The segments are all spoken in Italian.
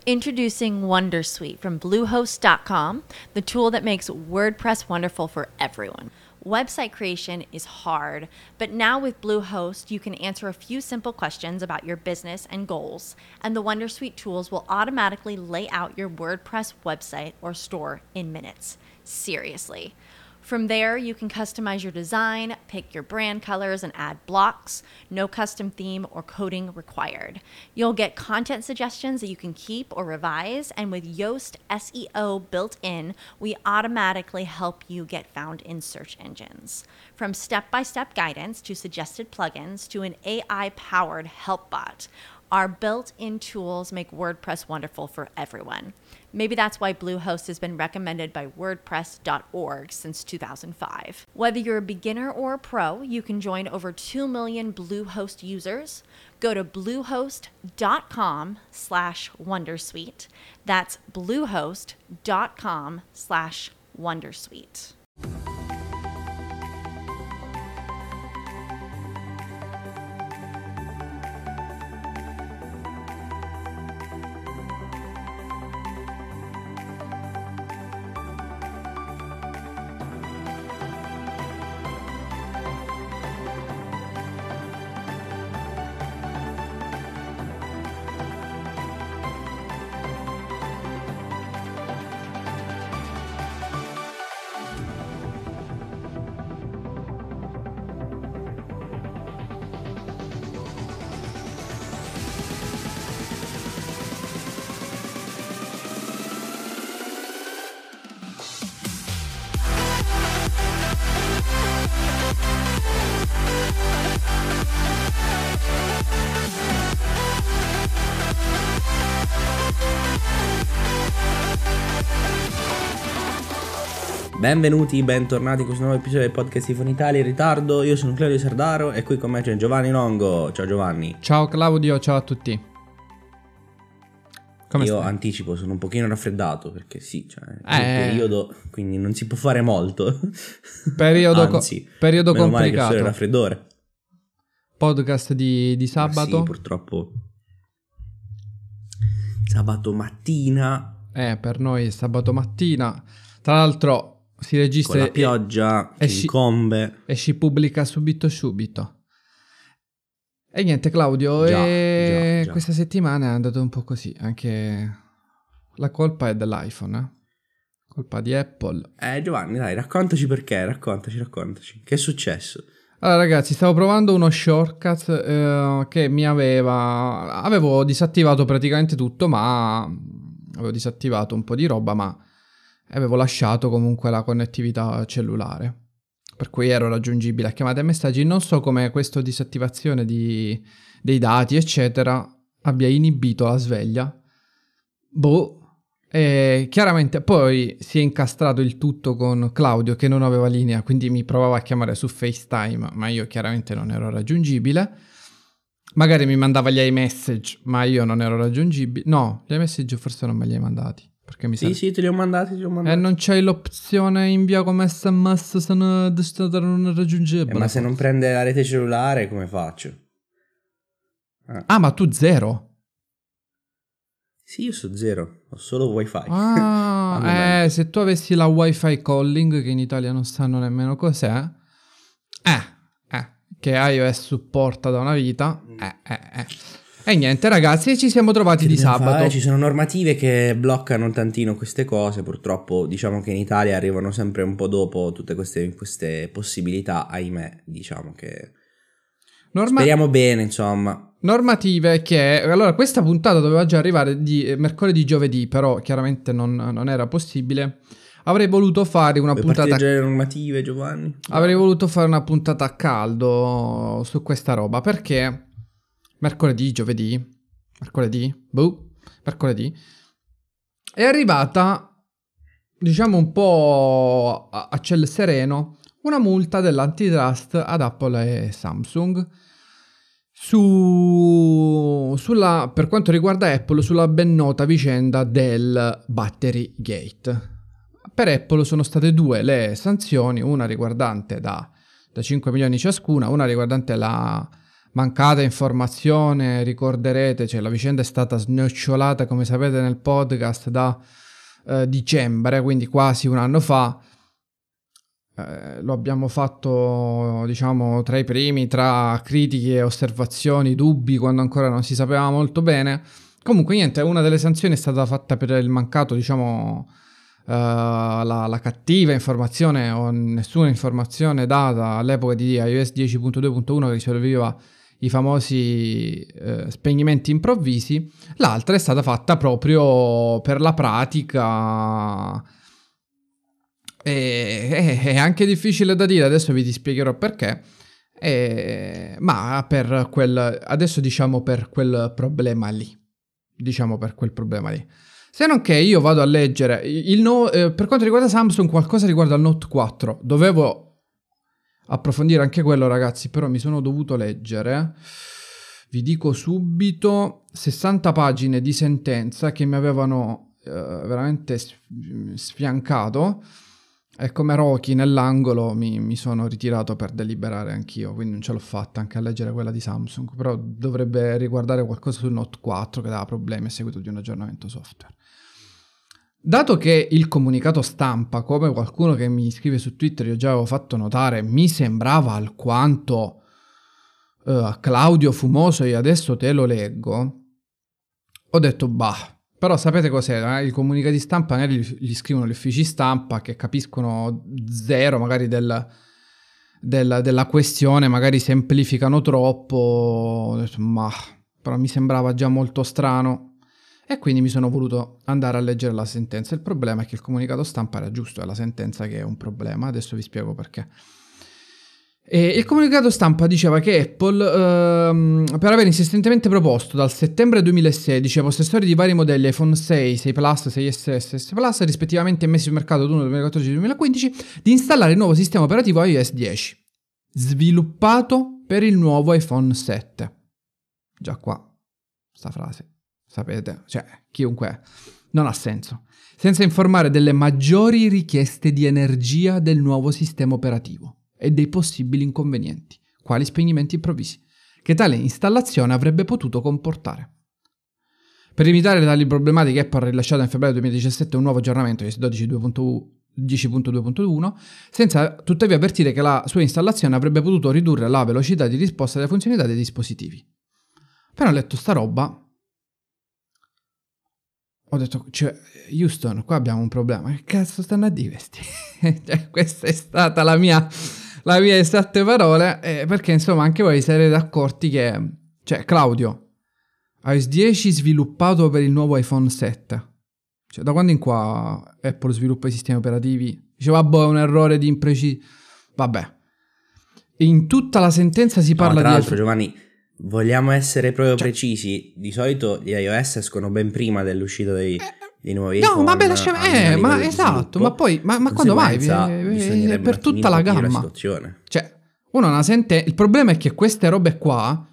Introducing Wondersuite from Bluehost.com, the tool that makes WordPress wonderful for everyone. Website creation is hard, but now with Bluehost, you can answer a few simple questions about your business and goals, and the Wondersuite tools will automatically lay out your WordPress website or store in minutes. Seriously. From there, you can customize your design, pick your brand colors, and add blocks. No custom theme or coding required. You'll get content suggestions that you can keep or revise, and with Yoast SEO built in, we automatically help you get found in search engines. From step-by-step guidance to suggested plugins to an AI-powered help bot, our built-in tools make WordPress wonderful for everyone. Maybe that's why Bluehost has been recommended by WordPress.org since 2005. Whether you're a beginner or a pro, you can join over 2 million Bluehost users. Go to bluehost.com/wondersuite. That's bluehost.com/wondersuite. Benvenuti, bentornati in questo nuovo episodio del podcast Tifon Italia in ritardo. Io sono Claudio Sardaro e qui con me c'è Giovanni Longo. Ciao Giovanni. Ciao Claudio, ciao a tutti. Come Io stai? Anticipo, sono un pochino raffreddato perché sì, cioè è il periodo, quindi non si può fare molto. Periodo Anzi, periodo meno complicato. Male che c'è il raffreddore. Podcast di sabato. Sì, purtroppo. Sabato mattina. Per noi è sabato mattina. Tra l'altro si registra con la pioggia che incombe e si pubblica subito. E niente Claudio, già. Questa settimana è andato un po' così, anche la colpa è dell'iPhone, colpa di Apple. Giovanni, dai, raccontaci perché, raccontaci, che è successo? Allora ragazzi, stavo provando uno shortcut che avevo disattivato praticamente tutto, ma avevo disattivato un po' di roba, ma avevo lasciato comunque la connettività cellulare, per cui ero raggiungibile a chiamate e messaggi. Non so come questa disattivazione dei dati eccetera abbia inibito la sveglia. E chiaramente poi si è incastrato il tutto con Claudio che non aveva linea, quindi mi provava a chiamare su FaceTime, ma io chiaramente non ero raggiungibile. Magari mi mandava gli iMessage, ma io non ero raggiungibile. No, gli iMessage forse non me li hai mandati. Perché mi sì, te li ho mandati. E non c'hai l'opzione invia come SMS se non è raggiungibile. Ma se non prende la rete cellulare come faccio? Ma tu zero? Sì, io so zero, ho solo wifi. Se tu avessi la wifi calling, che in Italia non sanno nemmeno cos'è, che iOS supporta da una vita, E niente ragazzi, ci siamo trovati di sabato. Ci sono normative che bloccano un tantino queste cose, purtroppo diciamo che in Italia arrivano sempre un po' dopo tutte queste possibilità, ahimè, diciamo che speriamo bene, insomma. Normative che, allora questa puntata doveva già arrivare di mercoledì, giovedì, però chiaramente non era possibile. Avrei voluto fare una puntata le normative, Giovanni. Avrei voluto fare una puntata a caldo su questa roba, perché mercoledì è arrivata, diciamo un po' a ciel sereno, una multa dell'antitrust ad Apple e Samsung per quanto riguarda Apple, sulla ben nota vicenda del Battery Gate. Per Apple sono state due le sanzioni, una riguardante da 5 milioni ciascuna, una riguardante la mancata informazione, ricorderete, cioè la vicenda è stata snocciolata, come sapete, nel podcast da dicembre, quindi quasi un anno fa. Lo abbiamo fatto, diciamo, tra i primi, tra critiche, osservazioni, dubbi, quando ancora non si sapeva molto bene. Comunque niente, una delle sanzioni è stata fatta per il mancato, diciamo, la cattiva informazione o nessuna informazione data all'epoca di iOS 10.2.1 che risolveva i famosi spegnimenti improvvisi. L'altra è stata fatta proprio per la pratica. È anche difficile da dire, adesso vi spiegherò perché. Ma per quel, adesso diciamo per quel problema lì. Se non che io vado a leggere per quanto riguarda Samsung, qualcosa riguardo al Note 4. Dovevo approfondire anche quello, ragazzi, però mi sono dovuto leggere, vi dico subito, 60 pagine di sentenza che mi avevano veramente sfiancato, e come Rocky nell'angolo mi sono ritirato per deliberare anch'io, quindi non ce l'ho fatta anche a leggere quella di Samsung, però dovrebbe riguardare qualcosa sul Note 4 che dava problemi a seguito di un aggiornamento software. Dato che il comunicato stampa, come qualcuno che mi scrive su Twitter io già avevo fatto notare, mi sembrava alquanto Claudio fumoso, e adesso te lo leggo, ho detto però sapete cos'è? I comunicati stampa magari li scrivono gli uffici stampa che capiscono zero magari della questione, magari semplificano troppo, ho detto, però mi sembrava già molto strano. E quindi mi sono voluto andare a leggere la sentenza. Il problema è che il comunicato stampa era giusto, è la sentenza che è un problema. Adesso vi spiego perché. E il comunicato stampa diceva che Apple, per aver insistentemente proposto dal settembre 2016 ai possessori di vari modelli iPhone 6, 6 Plus, 6S e 6S Plus, rispettivamente messi sul mercato dal 2014 e 2015, di installare il nuovo sistema operativo iOS 10, sviluppato per il nuovo iPhone 7. Già qua, sta frase. Sapete, cioè, chiunque non ha senso. Senza informare delle maggiori richieste di energia del nuovo sistema operativo e dei possibili inconvenienti, quali spegnimenti improvvisi, che tale installazione avrebbe potuto comportare. Per evitare tali problematiche, Apple ha rilasciato in febbraio 2017 un nuovo aggiornamento iOS 10.2.1, senza tuttavia avvertire che la sua installazione avrebbe potuto ridurre la velocità di risposta delle funzionalità dei dispositivi. Appena ho letto sta roba, ho detto, cioè, Houston, qua abbiamo un problema. Che cazzo stanno a dire questi? Cioè, questa è stata la mia esatte parole, perché insomma anche voi sarete accorti che, cioè, Claudio, iOS 10 sviluppato per il nuovo iPhone 7. Cioè, da quando in qua Apple sviluppa i sistemi operativi? Diceva, è un errore di imprecisione. Vabbè. In tutta la sentenza si parla tra di... l'altro, Giovanni, vogliamo essere proprio precisi. Di solito gli iOS escono ben prima dell'uscita dei nuovi iPhone. No, vabbè, ma esatto, ma poi ma quando vai per tutta la gamma. La cioè, uno una il problema è che queste robe qua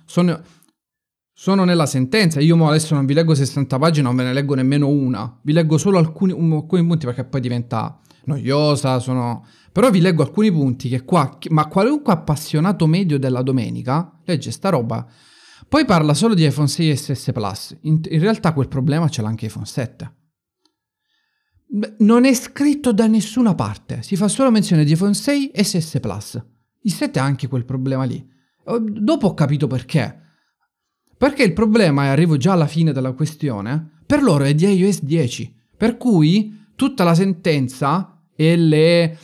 sono nella sentenza. Io adesso non vi leggo 60 pagine, non ve ne leggo nemmeno una. Vi leggo solo alcuni punti perché poi diventa noiosa, però vi leggo alcuni punti che qua, ma qualunque appassionato medio della domenica legge sta roba. Poi parla solo di iPhone 6 e 6S Plus. In realtà quel problema ce l'ha anche iPhone 7. Non è scritto da nessuna parte. Si fa solo menzione di iPhone 6 e 6S Plus. Il 7 ha anche quel problema lì. Dopo ho capito perché. Perché il problema, e arrivo già alla fine della questione, per loro è di iOS 10. Per cui tutta la sentenza e le...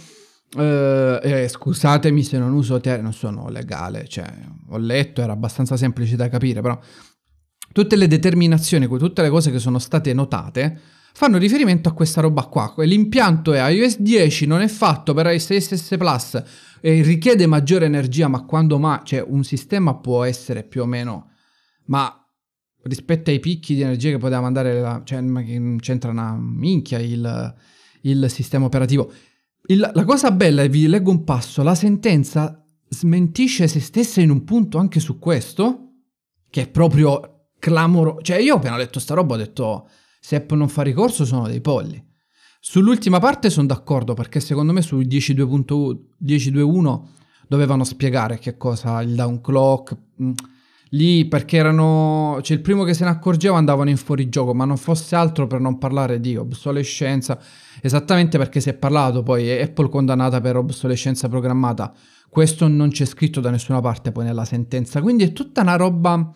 scusatemi se non uso non sono legale, cioè ho letto, era abbastanza semplice da capire, però tutte le determinazioni, tutte le cose che sono state notate fanno riferimento a questa roba qua. L'impianto è iOS 10, non è fatto per iOS 6S Plus e richiede maggiore energia, ma quando cioè un sistema può essere più o meno, ma rispetto ai picchi di energia che poteva mandare cioè non c'entra una minchia il sistema operativo. La cosa bella, e vi leggo un passo, la sentenza smentisce se stessa in un punto anche su questo, che è proprio clamoroso. Cioè io appena letto sta roba ho detto, se Apple non fa ricorso sono dei polli. Sull'ultima parte sono d'accordo, perché secondo me su 10.2.1 dovevano spiegare che cosa il downclock, lì perché erano, cioè il primo che se ne accorgeva andavano in fuorigioco, ma non fosse altro per non parlare di obsolescenza, esattamente perché si è parlato poi Apple condannata per obsolescenza programmata. Questo non c'è scritto da nessuna parte poi nella sentenza, quindi è tutta una roba.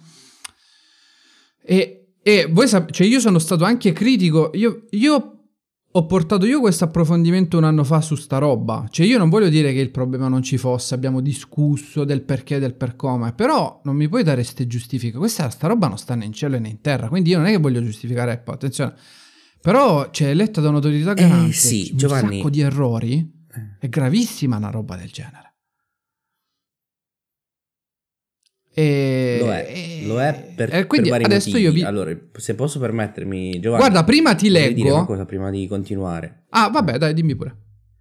E voi cioè io sono stato anche critico, io ho portato io questo approfondimento un anno fa su sta roba, cioè io non voglio dire che il problema non ci fosse, abbiamo discusso del perché, del per come, però non mi puoi dare ste giustifiche, sta roba non sta né in cielo né in terra, quindi io non è che voglio giustificare Apple, attenzione, però c'è eletta da un'autorità garante, sì, un Giovanni, sacco di errori, è gravissima una roba del genere. Lo è per vari adesso motivi. io Allora, se posso permettermi, Giovanni, guarda, prima ti leggo dire una cosa prima di continuare. Ah, vabbè, dai, dimmi pure.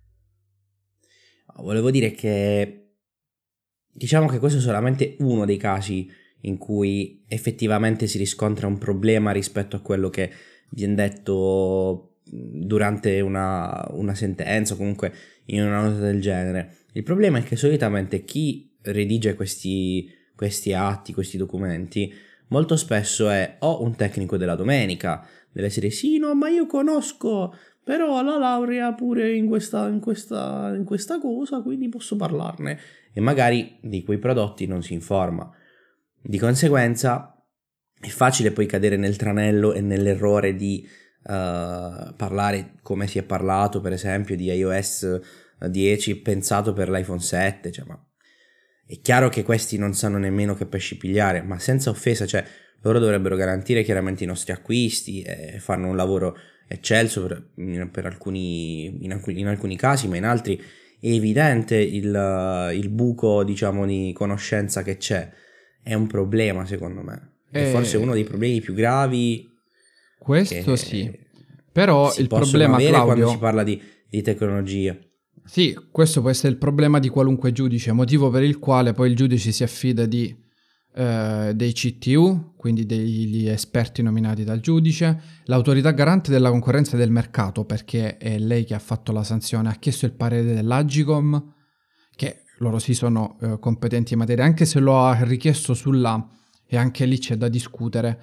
Volevo dire che diciamo che questo è solamente uno dei casi in cui effettivamente si riscontra un problema rispetto a quello che viene detto durante una sentenza o comunque in una nota del genere. Il problema è che solitamente chi redige questi atti, questi documenti, molto spesso è o un tecnico della domenica, delle serie sì, no, ma io conosco, però la laurea pure in questa cosa, quindi posso parlarne, e magari di quei prodotti non si informa. Di conseguenza è facile poi cadere nel tranello e nell'errore di parlare come si è parlato, per esempio, di iOS 10 pensato per l'iPhone 7, cioè, ma è chiaro che questi non sanno nemmeno che pesci pigliare, ma senza offesa, cioè loro dovrebbero garantire chiaramente i nostri acquisti e fanno un lavoro eccelso per alcuni, in alcuni casi, ma in altri è evidente il buco, diciamo, di conoscenza che c'è. È un problema, secondo me. È forse uno dei problemi più gravi. Questo sì. Però il problema, Claudio, quando si parla di tecnologia. Sì, questo può essere il problema di qualunque giudice, motivo per il quale poi il giudice si affida dei CTU, quindi degli esperti nominati dal giudice, l'autorità garante della concorrenza e del mercato, perché è lei che ha fatto la sanzione, ha chiesto il parere dell'Agicom, che loro sì sono competenti in materia, anche se lo ha richiesto sulla, e anche lì c'è da discutere,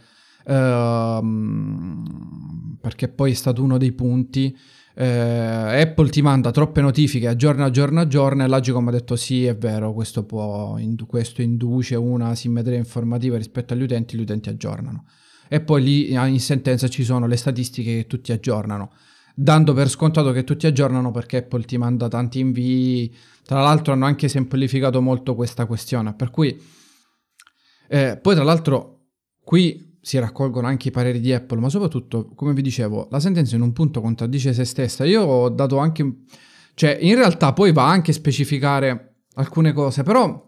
perché poi è stato uno dei punti. Apple ti manda troppe notifiche, aggiorna e l'Agicom ha detto sì, è vero, questo induce una simmetria informativa rispetto agli utenti aggiornano, e poi lì in sentenza ci sono le statistiche che tutti aggiornano, dando per scontato che tutti aggiornano perché Apple ti manda tanti invii. Tra l'altro hanno anche semplificato molto questa questione, per cui poi tra l'altro qui si raccolgono anche i pareri di Apple, ma soprattutto, come vi dicevo, la sentenza in un punto contraddice se stessa. Io ho dato anche, cioè in realtà poi va anche a specificare alcune cose, però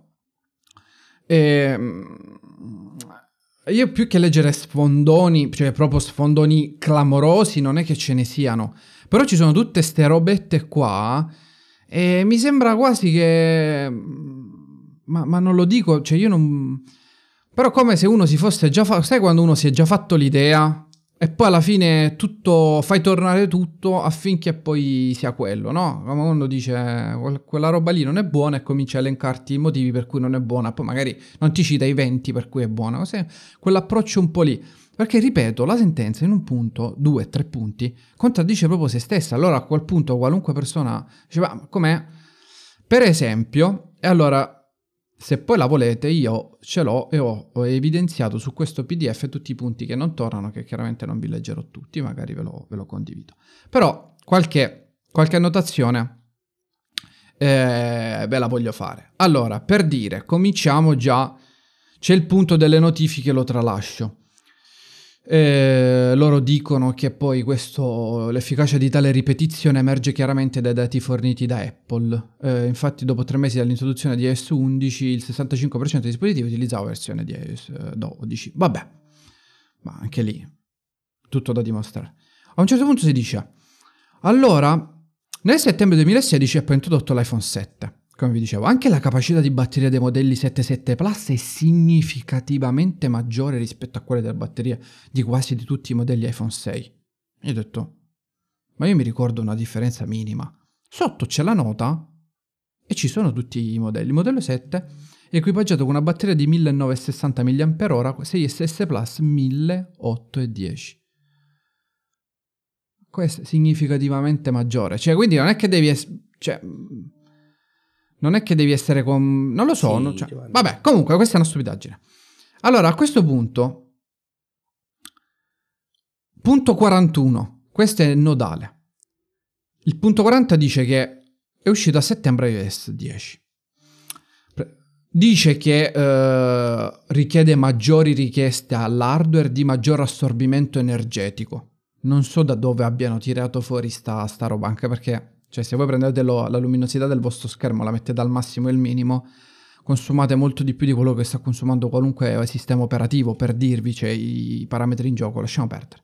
io più che leggere sfondoni, cioè proprio sfondoni clamorosi, non è che ce ne siano, però ci sono tutte ste robette qua e mi sembra quasi che ma non lo dico, cioè io non. Però come se uno si fosse già sai quando uno si è già fatto l'idea e poi alla fine fai tornare tutto affinché poi sia quello, no? Come quando dice quella roba lì non è buona e comincia a elencarti i motivi per cui non è buona, poi magari non ti cita i 20 per cui è buona, così, quell'approccio un po' lì. Perché, ripeto, la sentenza in un punto, 2, 3 punti, contraddice proprio se stessa. Allora a quel punto qualunque persona dice, ma com'è? Per esempio, e allora, se poi la volete, io ce l'ho e ho evidenziato su questo PDF tutti i punti che non tornano, che chiaramente non vi leggerò tutti, magari ve lo condivido. Però qualche annotazione ve la voglio fare. Allora, per dire, cominciamo già, c'è il punto delle notifiche, lo tralascio. Loro dicono che poi l'efficacia di tale ripetizione emerge chiaramente dai dati forniti da Apple. Infatti dopo 3 mesi dall'introduzione di iOS 11 il 65% dei dispositivi utilizzava la versione di iOS 12. Vabbè, ma anche lì tutto da dimostrare. A un certo punto si dice, allora nel settembre 2016 Apple ha introdotto l'iPhone 7. Come vi dicevo, anche la capacità di batteria dei modelli 7 Plus è significativamente maggiore rispetto a quelle delle batterie di quasi di tutti i modelli iPhone 6. Io ho detto, ma io mi ricordo una differenza minima. Sotto c'è la nota e ci sono tutti i modelli. Il modello 7 equipaggiato con una batteria di 1960 mAh, 6SS Plus 1810. Questo è significativamente maggiore. Cioè, quindi non è che devi non è che devi essere con... Non lo so. Sì, non, cioè, vabbè, comunque, questa è una stupidaggine. Allora, a questo punto... Punto 41. Questo è nodale. Il punto 40 dice che è uscito a settembre iOS 10. Dice che richiede maggiori richieste all'hardware di maggior assorbimento energetico. Non so da dove abbiano tirato fuori sta roba, anche perché, cioè, se voi prendete la luminosità del vostro schermo, la mettete al massimo e il minimo, consumate molto di più di quello che sta consumando qualunque sistema operativo, per dirvi, cioè i parametri in gioco, lasciamo perdere.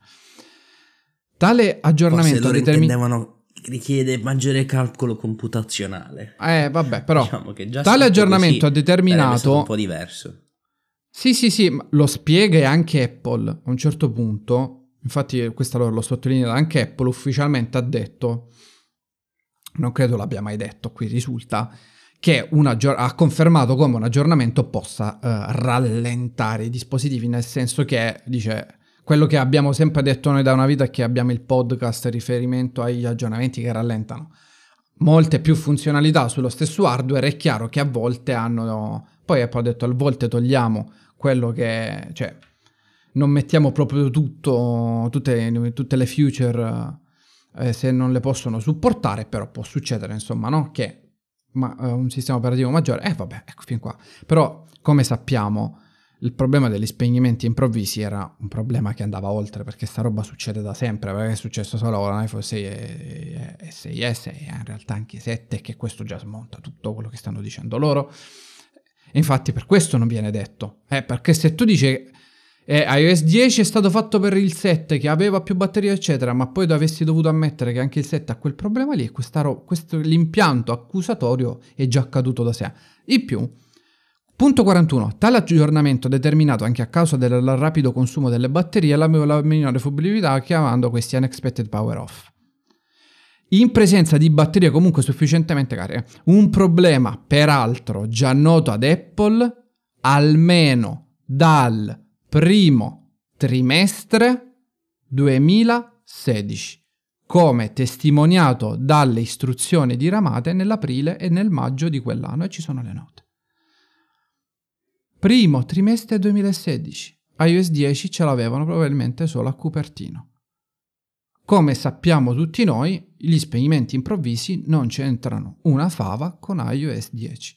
Tale aggiornamento richiede maggiore calcolo computazionale. Vabbè, però diciamo che già tale aggiornamento ha determinato un po' diverso. Sì, lo spiega anche Apple a un certo punto. Infatti questa lo sottolinea anche Apple, ufficialmente ha detto, non credo l'abbia mai detto, qui risulta, che ha confermato come un aggiornamento possa rallentare i dispositivi, nel senso che dice quello che abbiamo sempre detto noi da una vita è che abbiamo il podcast riferimento agli aggiornamenti che rallentano. Molte più funzionalità sullo stesso hardware, è chiaro che a volte hanno... Poi Apple ha detto a volte togliamo quello che... cioè non mettiamo proprio tutte le feature se non le possono supportare, però può succedere, insomma, no? Che un sistema operativo maggiore, vabbè, ecco fin qua. Però, come sappiamo, il problema degli spegnimenti improvvisi era un problema che andava oltre, perché sta roba succede da sempre, perché è successo solo con l'iPhone 6 e 6S, e in realtà anche 7, che questo già smonta tutto quello che stanno dicendo loro. E infatti per questo non viene detto, perché se tu dici... iOS 10 è stato fatto per il 7 che aveva più batteria eccetera, ma poi avessi dovuto ammettere che anche il 7 ha quel problema lì, e l'impianto accusatorio è già caduto da sé. In più, punto 41, tale aggiornamento determinato anche a causa del rapido consumo delle batterie e la minore fruibilità, chiamando questi unexpected power off. In presenza di batterie comunque sufficientemente cariche, un problema peraltro già noto ad Apple almeno dal primo trimestre 2016, come testimoniato dalle istruzioni diramate nell'aprile e nel maggio di quell'anno, e ci sono le note. Primo trimestre 2016, iOS 10 ce l'avevano probabilmente solo a Cupertino. Come sappiamo tutti noi, gli spegnimenti improvvisi non c'entrano una fava con iOS 10.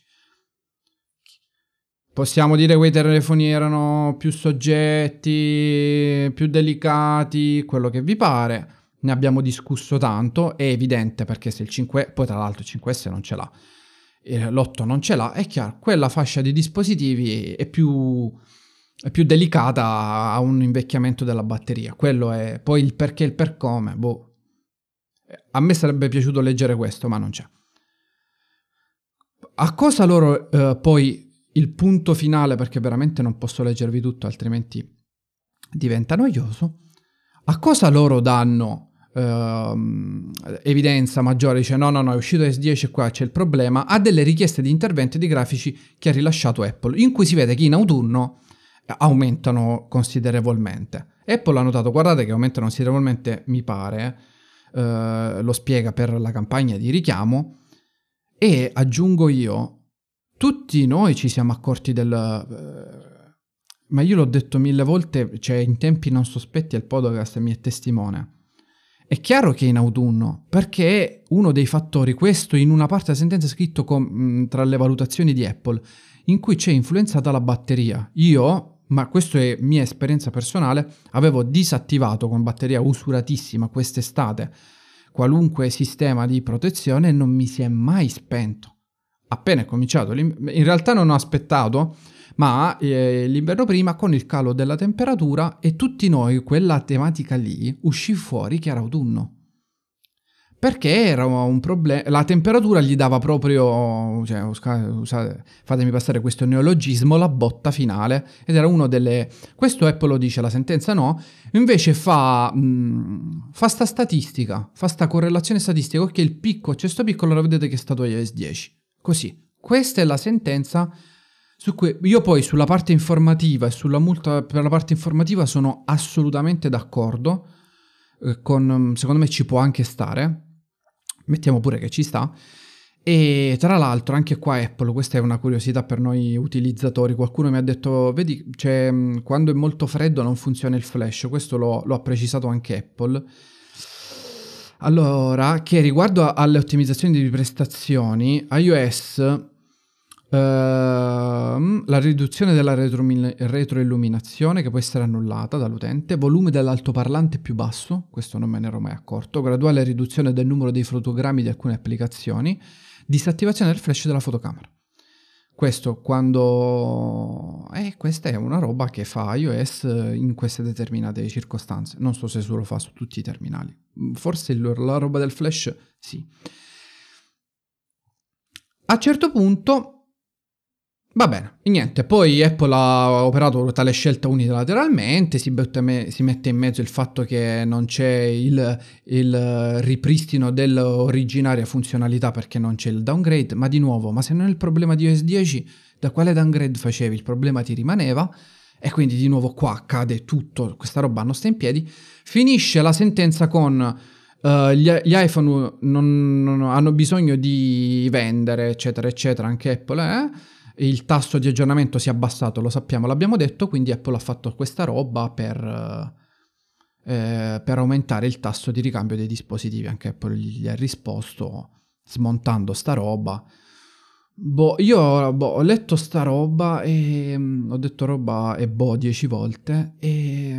Possiamo dire che quei telefoni erano più soggetti, più delicati, quello che vi pare. Ne abbiamo discusso tanto, è evidente, perché se il 5, poi tra l'altro il 5S non ce l'ha, l'8 non ce l'ha, è chiaro, quella fascia di dispositivi è più delicata a un invecchiamento della batteria. Quello è, poi il perché e il per come, a me sarebbe piaciuto leggere questo, ma non c'è. A cosa loro poi... Il punto finale, perché veramente non posso leggervi tutto, altrimenti diventa noioso. A cosa loro danno evidenza maggiore? Dice no, è uscito S10 e qua c'è il problema. Ha delle richieste di interventi di grafici che ha rilasciato Apple, in cui si vede che in autunno aumentano considerevolmente. Apple ha notato, guardate che aumentano considerevolmente, mi pare, lo spiega per la campagna di richiamo, e aggiungo io, tutti noi ci siamo accorti ma io l'ho detto 1000 volte, cioè in tempi non sospetti il podcast mi è testimone. È chiaro che è in autunno, perché è uno dei fattori, questo in una parte della sentenza è scritto tra le valutazioni di Apple, in cui c'è influenzata la batteria. Io, ma questo è mia esperienza personale, avevo disattivato con batteria usuratissima quest'estate qualunque sistema di protezione e non mi si è mai spento. Appena è cominciato, in realtà non ho aspettato, ma l'inverno prima, con il calo della temperatura, e tutti noi, quella tematica lì, uscì fuori che era autunno. Perché era un problema, la temperatura gli dava proprio, cioè, fatemi passare questo neologismo, la botta finale, ed era uno delle... Questo Apple lo dice, la sentenza no, invece fa sta statistica, fa sta correlazione statistica, che il picco, c'è sto piccolo, lo vedete che è stato iOS 10. Così, questa è la sentenza Su cui io poi sulla parte informativa e sulla multa per la parte informativa sono assolutamente d'accordo, secondo me ci può anche stare, mettiamo pure che ci sta. E tra l'altro anche qua Apple, questa è una curiosità per noi utilizzatori, qualcuno mi ha detto vedi, quando è molto freddo non funziona il flash, questo lo ha precisato anche Apple. Allora, che riguardo alle ottimizzazioni di prestazioni, iOS, la riduzione della retroilluminazione che può essere annullata dall'utente, volume dell'altoparlante più basso, questo non me ne ero mai accorto, graduale riduzione del numero dei fotogrammi di alcune applicazioni, disattivazione del flash della fotocamera. Questo quando... questa è una roba che fa iOS in queste determinate circostanze. Non so se lo fa su tutti i terminali. Forse la roba del flash, sì. A certo punto... Va bene, niente, poi Apple ha operato tale scelta unilateralmente, si mette in mezzo il fatto che non c'è il ripristino dell'originaria funzionalità perché non c'è il downgrade, ma di nuovo, ma se non è il problema di iOS 10, da quale downgrade facevi? Il problema ti rimaneva, e quindi di nuovo qua accade tutto, questa roba non sta in piedi. Finisce la sentenza con... gli iPhone non hanno bisogno di vendere, eccetera, eccetera, anche Apple, il tasso di aggiornamento si è abbassato, lo sappiamo, l'abbiamo detto, quindi Apple ha fatto questa roba per aumentare il tasso di ricambio dei dispositivi. Anche Apple gli ha risposto smontando sta roba. Io ho letto sta roba e ho detto roba e 10 volte e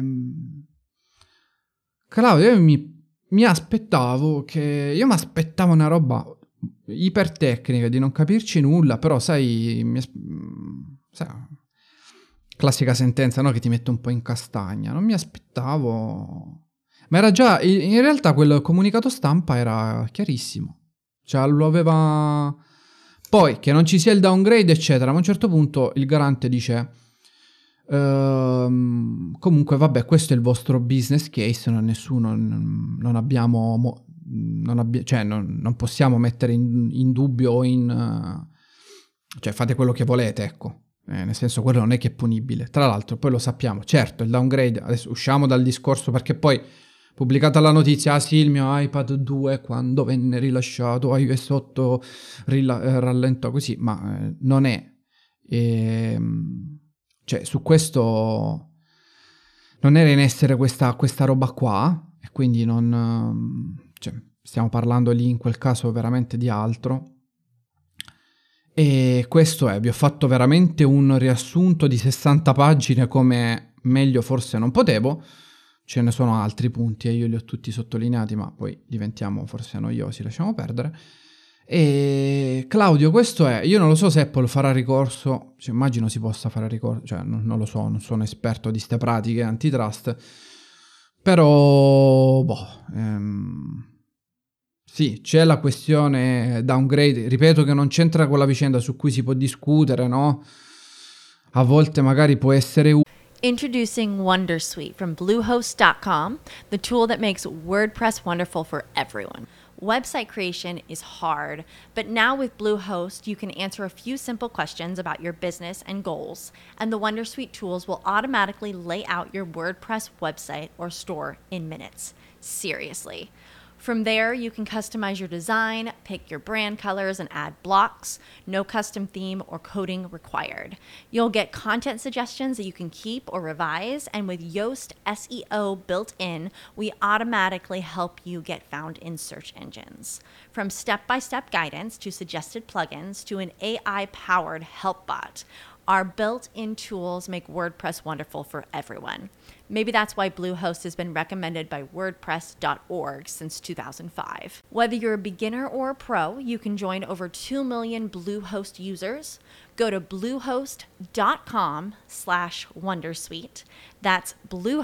Claudio, io mi aspettavo una roba ipertecnica, di non capirci nulla, però sai, classica sentenza, no, che ti mette un po' in castagna. Non mi aspettavo, ma era già, in realtà quel comunicato stampa era chiarissimo, cioè lo aveva, poi che non ci sia il downgrade eccetera, ma a un certo punto il garante dice comunque vabbè, questo è il vostro business case, non possiamo mettere in dubbio o cioè fate quello che volete, ecco, nel senso, quello non è che è punibile. Tra l'altro poi lo sappiamo, certo, il downgrade, adesso usciamo dal discorso, perché poi pubblicata la notizia, sì, il mio iPad 2 quando venne rilasciato iOS 8 rallentò così, ma non è, cioè su questo non era in essere questa roba qua, e quindi stiamo parlando lì in quel caso veramente di altro. E questo vi ho fatto veramente un riassunto di 60 pagine come meglio forse non potevo, ce ne sono altri punti e io li ho tutti sottolineati, ma poi diventiamo forse noiosi, lasciamo perdere. E Claudio, questo io non lo so se Apple farà ricorso, cioè, immagino si possa fare ricorso, cioè non lo so, non sono esperto di ste pratiche antitrust, però sì, c'è la questione downgrade, ripeto che non c'entra con la vicenda su cui si può discutere, no? A volte magari può essere Introducing Wondersuite from Bluehost.com, the tool that makes WordPress wonderful for everyone. Website creation is hard, but now with Bluehost, you can answer a few simple questions about your business and goals, and the Wondersuite tools will automatically lay out your WordPress website or store in minutes. Seriously. From there, you can customize your design, pick your brand colors, and add blocks. No custom theme or coding required. You'll get content suggestions that you can keep or revise, and with Yoast SEO built in, we automatically help you get found in search engines. From step-by-step guidance to suggested plugins to an AI-powered help bot, our built-in tools make WordPress wonderful for everyone. Maybe that's why Bluehost has been recommended by WordPress.org since 2005. Whether you're a beginner or a pro, you can join over 2 million Bluehost users. Go to bluehost.com/wondersuite. That's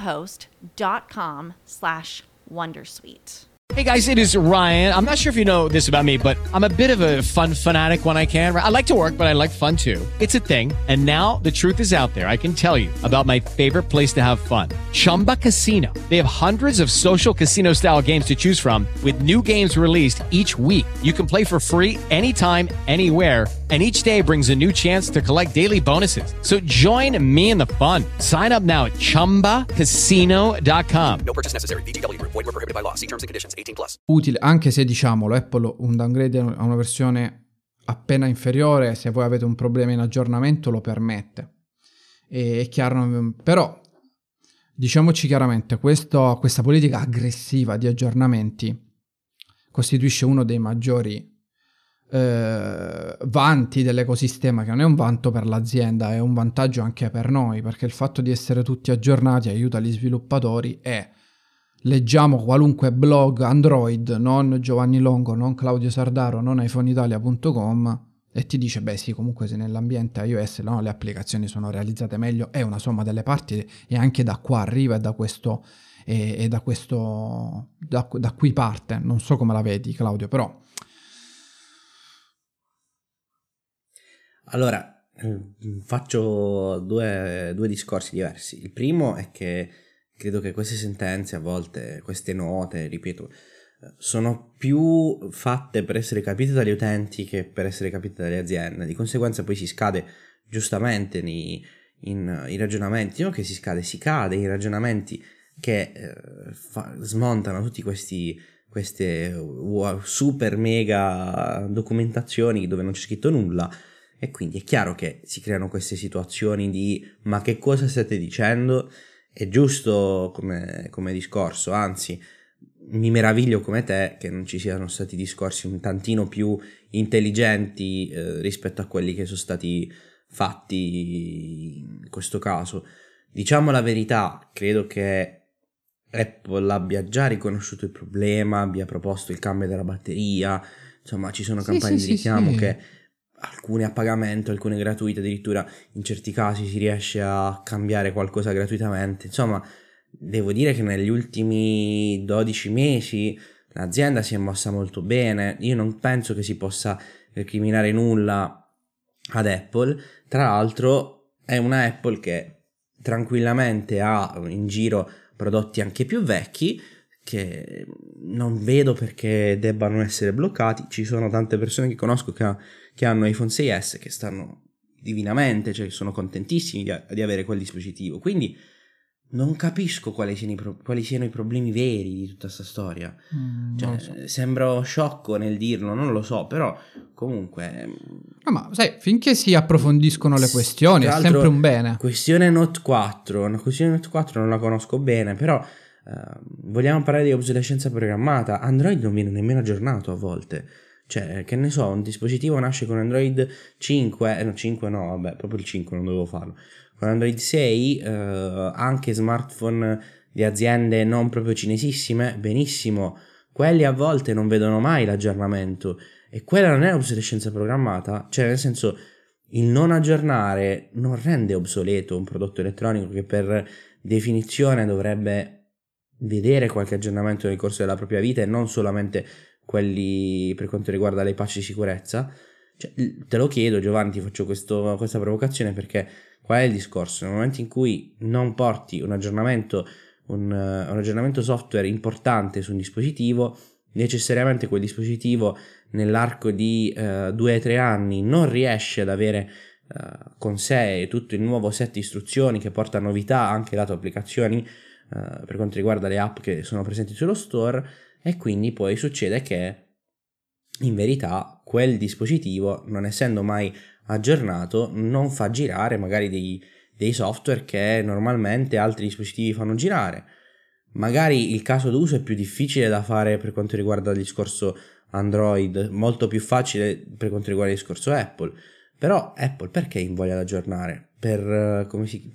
bluehost.com/wondersuite. Hey guys, it is Ryan. I'm not sure if you know this about me, but I'm a bit of a fun fanatic when I can. I like to work, but I like fun too. It's a thing. And now the truth is out there. I can tell you about my favorite place to have fun. Chumba Casino. They have hundreds of social casino style games to choose from with new games released each week. You can play for free anytime, anywhere, And each day brings a new chance to collect daily bonuses. So join me in the fun. Sign up now at ChumbaCasino.com. No purchase necessary. VGW Group. Void where prohibited by law. See terms and conditions. 18+. Utile, anche se diciamolo, Apple un downgrade a una versione appena inferiore, se voi avete un problema in aggiornamento, lo permette. È chiaro, però diciamoci chiaramente, questa politica aggressiva di aggiornamenti costituisce uno dei maggiori vanti dell'ecosistema, che non è un vanto per l'azienda, è un vantaggio anche per noi, perché il fatto di essere tutti aggiornati aiuta gli sviluppatori. E leggiamo qualunque blog Android, non Giovanni Longo, non Claudio Sardaro, non iPhoneitalia.com, e ti dice beh sì, comunque se nell'ambiente iOS le applicazioni sono realizzate meglio, è una somma delle parti, e anche da qua arriva, e da questo da qui parte. Non so come la vedi, Claudio, però allora faccio due discorsi diversi. Il primo è che credo che queste sentenze, a volte queste note, ripeto, sono più fatte per essere capite dagli utenti che per essere capite dalle aziende. Di conseguenza poi si scade giustamente in ragionamenti, non che si cade in ragionamenti che smontano tutti queste super mega documentazioni dove non c'è scritto nulla. E quindi è chiaro che si creano queste situazioni di ma che cosa state dicendo? È giusto come discorso, anzi mi meraviglio come te che non ci siano stati discorsi un tantino più intelligenti rispetto a quelli che sono stati fatti in questo caso. Diciamo la verità, credo che Apple abbia già riconosciuto il problema, abbia proposto il cambio della batteria, insomma ci sono campagne di richiamo che alcune a pagamento, alcune gratuite, addirittura in certi casi si riesce a cambiare qualcosa gratuitamente. Insomma, devo dire che negli ultimi 12 mesi l'azienda si è mossa molto bene. Io non penso che si possa recriminare nulla ad Apple. Tra l'altro è una Apple che tranquillamente ha in giro prodotti anche più vecchi che non vedo perché debbano essere bloccati. Ci sono tante persone che conosco che hanno iPhone 6S che stanno divinamente, cioè sono contentissimi di avere quel dispositivo. Quindi non capisco quali siano i problemi veri di tutta questa storia. Sembro sciocco nel dirlo, non lo so, però comunque ma sai, finché si approfondiscono le questioni è sempre un bene. Una questione Note 4 non la conosco bene, però vogliamo parlare di obsolescenza programmata. Android non viene nemmeno aggiornato a volte. Cioè, che ne so, un dispositivo nasce con Android 5, proprio il 5 non dovevo farlo. Con Android 6, anche smartphone di aziende non proprio cinesissime, benissimo, quelli a volte non vedono mai l'aggiornamento, e quella non è obsolescenza programmata. Cioè, nel senso, il non aggiornare non rende obsoleto un prodotto elettronico che per definizione dovrebbe vedere qualche aggiornamento nel corso della propria vita, e non solamente quelli per quanto riguarda le patch di sicurezza. Cioè, te lo chiedo, Giovanni, ti faccio questa provocazione, perché qual è il discorso? Nel momento in cui non porti un aggiornamento software importante su un dispositivo, necessariamente quel dispositivo nell'arco di 2-3 anni non riesce ad avere con sé tutto il nuovo set di istruzioni che porta novità anche lato applicazioni per quanto riguarda le app che sono presenti sullo store, e quindi poi succede che in verità quel dispositivo, non essendo mai aggiornato, non fa girare magari dei software che normalmente altri dispositivi fanno girare. Magari il caso d'uso è più difficile da fare per quanto riguarda il discorso Android, molto più facile per quanto riguarda il discorso Apple. Però Apple perché invoglia ad aggiornare? Per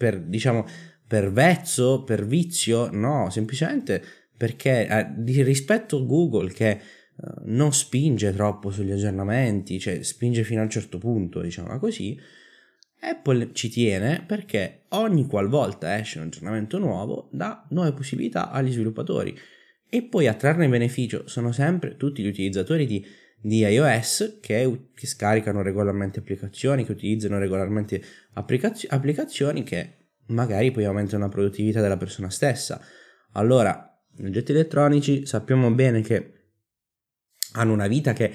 vezzo, per vizio? No, semplicemente perché rispetto a Google, che non spinge troppo sugli aggiornamenti, cioè spinge fino a un certo punto, diciamo così, Apple ci tiene perché ogni qualvolta esce un aggiornamento nuovo dà nuove possibilità agli sviluppatori, e poi a trarne beneficio sono sempre tutti gli utilizzatori di iOS che scaricano regolarmente applicazioni, che utilizzano regolarmente applicazioni che magari poi aumentano la produttività della persona stessa. Allora, gli oggetti elettronici sappiamo bene che hanno una vita che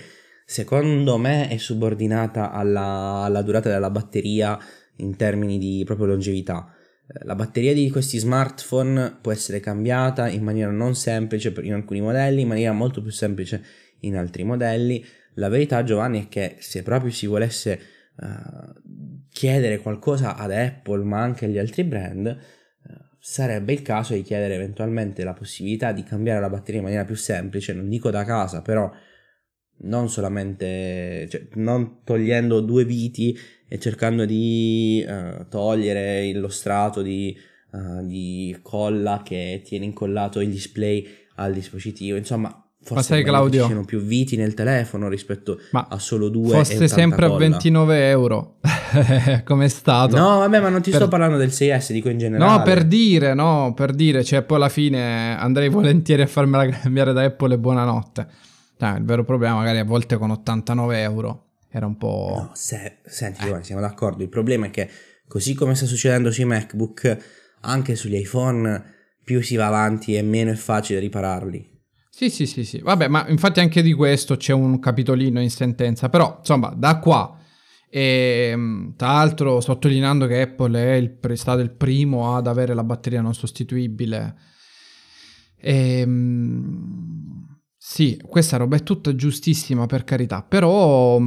secondo me è subordinata alla durata della batteria in termini di proprio longevità. La batteria di questi smartphone può essere cambiata in maniera non semplice in alcuni modelli, in maniera molto più semplice in altri modelli. La verità, Giovanni, è che se proprio si volesse chiedere qualcosa ad Apple, ma anche agli altri brand, sarebbe il caso di chiedere eventualmente la possibilità di cambiare la batteria in maniera più semplice, non dico da casa, però non solamente, cioè, non togliendo 2 viti e cercando di togliere lo strato di colla che tiene incollato il display al dispositivo. Insomma, forse Claudio, ci sono più viti nel telefono rispetto a solo 2. Fosse sempre a 29 euro come stato. No, vabbè, ma non ti sto parlando del 6S, dico in generale. No, per dire, cioè poi alla fine andrei volentieri a farmela cambiare da Apple e buonanotte. Il vero problema magari a volte con 89 euro era un po'... No, senti, Giovanni, siamo d'accordo. Il problema è che, così come sta succedendo sui MacBook, anche sugli iPhone, più si va avanti e meno è facile ripararli. Sì. Vabbè, ma infatti anche di questo c'è un capitolino in sentenza. Però, insomma, da qua... E tra l'altro sottolineando che Apple è stato il primo ad avere la batteria non sostituibile. Sì, questa roba è tutta giustissima, per carità, però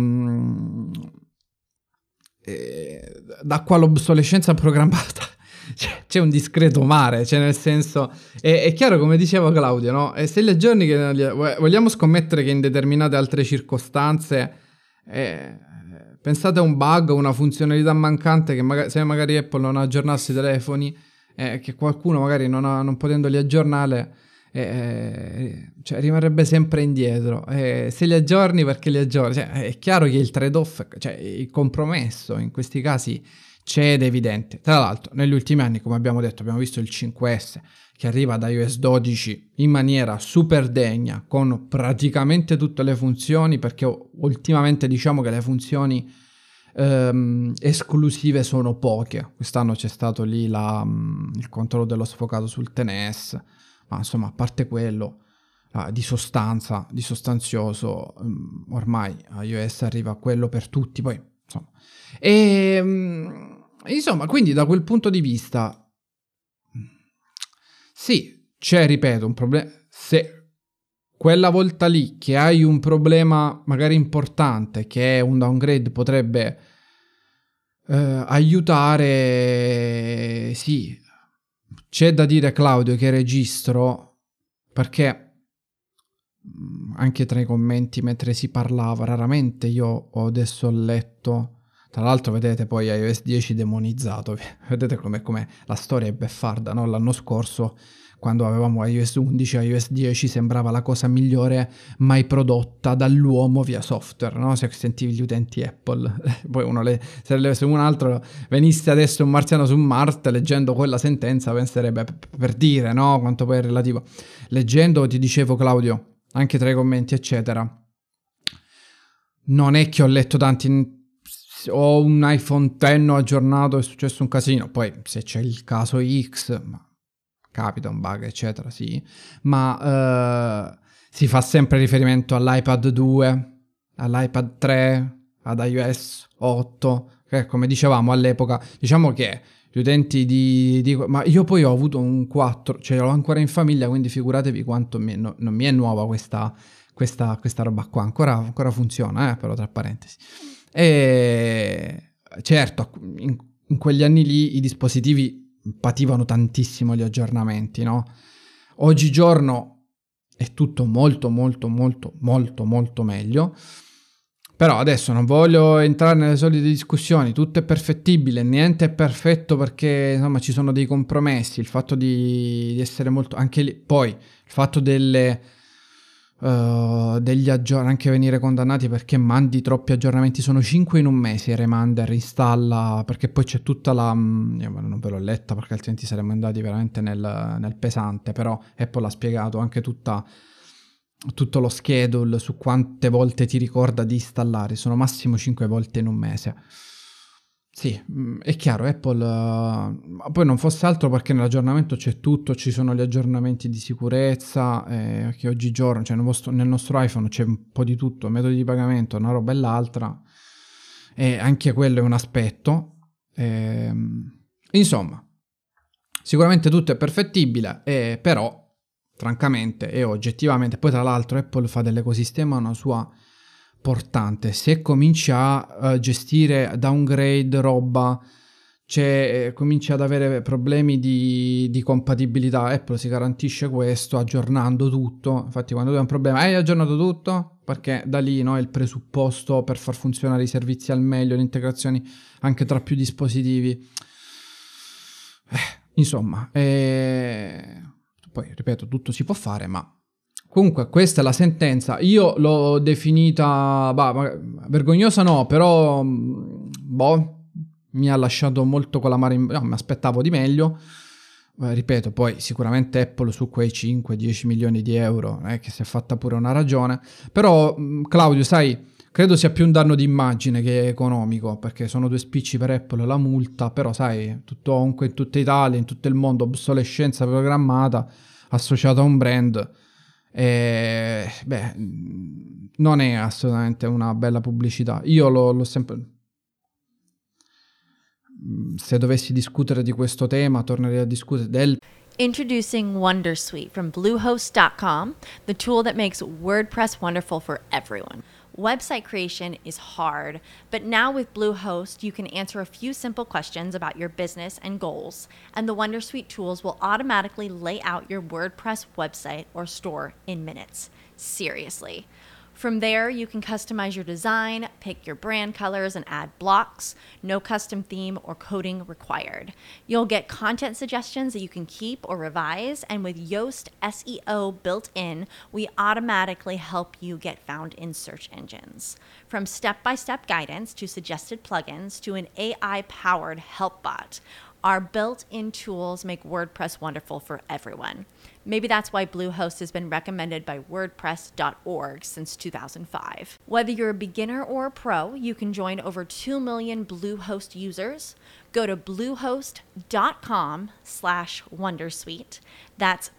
da qua l'obsolescenza programmata c'è un discreto mare, cioè nel senso è chiaro, come diceva Claudio, no? E se gli aggiorni che vogliamo scommettere che in determinate altre circostanze pensate a un bug, una funzionalità mancante che se magari Apple non aggiornasse i telefoni, che qualcuno magari non potendoli aggiornare, cioè rimarrebbe sempre indietro. Se li aggiorni, perché li aggiorni? Cioè, è chiaro che il trade-off, cioè il compromesso in questi casi c'è ed è evidente. Tra l'altro negli ultimi anni, come abbiamo detto, abbiamo visto il 5S che arriva da iOS 12 in maniera super degna, con praticamente tutte le funzioni, perché ultimamente diciamo che le funzioni esclusive sono poche. Quest'anno c'è stato lì il controllo dello sfocato sul XNS, ma insomma, a parte quello, di sostanzioso, ormai a iOS arriva quello per tutti, poi insomma, quindi da quel punto di vista sì, c'è, ripeto, un problema. Se quella volta lì che hai un problema magari importante, che è un downgrade, potrebbe aiutare, sì. C'è da dire, Claudio, che registro, perché anche tra i commenti mentre si parlava, raramente io adesso ho letto, tra l'altro vedete poi iOS 10 demonizzato, vedete com'è la storia è beffarda, no? L'anno scorso, quando avevamo iOS 11, iOS 10 sembrava la cosa migliore mai prodotta dall'uomo via software, no? Se sentivi gli utenti Apple, poi se un altro venisse adesso un marziano su Marte, leggendo quella sentenza penserebbe, per dire, no? Quanto poi è relativo. Leggendo, ti dicevo, Claudio, anche tra i commenti eccetera, non è che ho letto tanti... Ho un iPhone X aggiornato, è successo un casino, poi se c'è il caso X, capita un bug eccetera, sì, ma si fa sempre riferimento all'iPad 2, all'iPad 3, ad iOS 8, che come dicevamo all'epoca, diciamo che gli utenti ma io poi ho avuto un 4, cioè l'ho ancora in famiglia, quindi figuratevi quanto non mi è nuova questa roba qua, ancora funziona, però tra parentesi. E certo, in quegli anni lì i dispositivi pativano tantissimo gli aggiornamenti, no? Oggigiorno è tutto molto molto molto molto molto meglio, però adesso non voglio entrare nelle solite discussioni, tutto è perfettibile, niente è perfetto, perché insomma ci sono dei compromessi, il fatto di essere molto, anche lì, poi il fatto degli aggiornamenti, anche venire condannati perché mandi troppi aggiornamenti, sono 5 in un mese, Remander installa, perché poi c'è tutta io non ve l'ho letta perché altrimenti saremmo andati veramente nel pesante, però Apple ha spiegato anche tutto lo schedule su quante volte ti ricorda di installare, sono massimo 5 volte in un mese. Sì, è chiaro, Apple poi non fosse altro perché nell'aggiornamento c'è tutto, ci sono gli aggiornamenti di sicurezza che oggigiorno, cioè nel nostro iPhone c'è un po' di tutto, metodi di pagamento, una roba e l'altra, e anche quello è un aspetto. Insomma, sicuramente tutto è perfettibile, però francamente e oggettivamente, poi tra l'altro Apple fa dell'ecosistema una sua portante. Se comincia a gestire downgrade roba, comincia ad avere problemi di compatibilità, Apple si garantisce questo aggiornando tutto. Infatti quando tu hai un problema, hai aggiornato tutto? Perché da lì, no, è il presupposto per far funzionare i servizi al meglio, le integrazioni anche tra più dispositivi. Insomma, poi ripeto, tutto si può fare, ma comunque questa è la sentenza. Io l'ho definita vergognosa, no, però mi ha lasciato molto con l'amaro no, mi aspettavo di meglio. Ripeto, poi sicuramente Apple su quei 5-10 milioni di euro che si è fatta pure una ragione, però Claudio, sai, credo sia più un danno di immagine che economico, perché sono 2 spicci per Apple la multa, però sai, tutto comunque in tutta Italia, in tutto il mondo, obsolescenza programmata associata a un brand. Non è assolutamente una bella pubblicità. Io l'ho sempre, se dovessi discutere di questo tema tornerei a discutere del Introducing Wondersuite from Bluehost.com, the tool that makes WordPress wonderful for everyone. Website creation is hard, but now with Bluehost, you can answer a few simple questions about your business and goals, and the Wondersuite tools will automatically lay out your WordPress website or store in minutes. Seriously. From there, you can customize your design, pick your brand colors, and add blocks. No custom theme or coding required. You'll get content suggestions that you can keep or revise, and with Yoast SEO built in, we automatically help you get found in search engines. From step-by-step guidance to suggested plugins to an AI-powered help bot, our built-in tools make WordPress wonderful for everyone. Maybe that's why Bluehost has been recommended by WordPress.org since 2005. Whether you're a beginner or a pro, you can join over 2 million Bluehost users. Go to bluehost.com/wondersuite. That's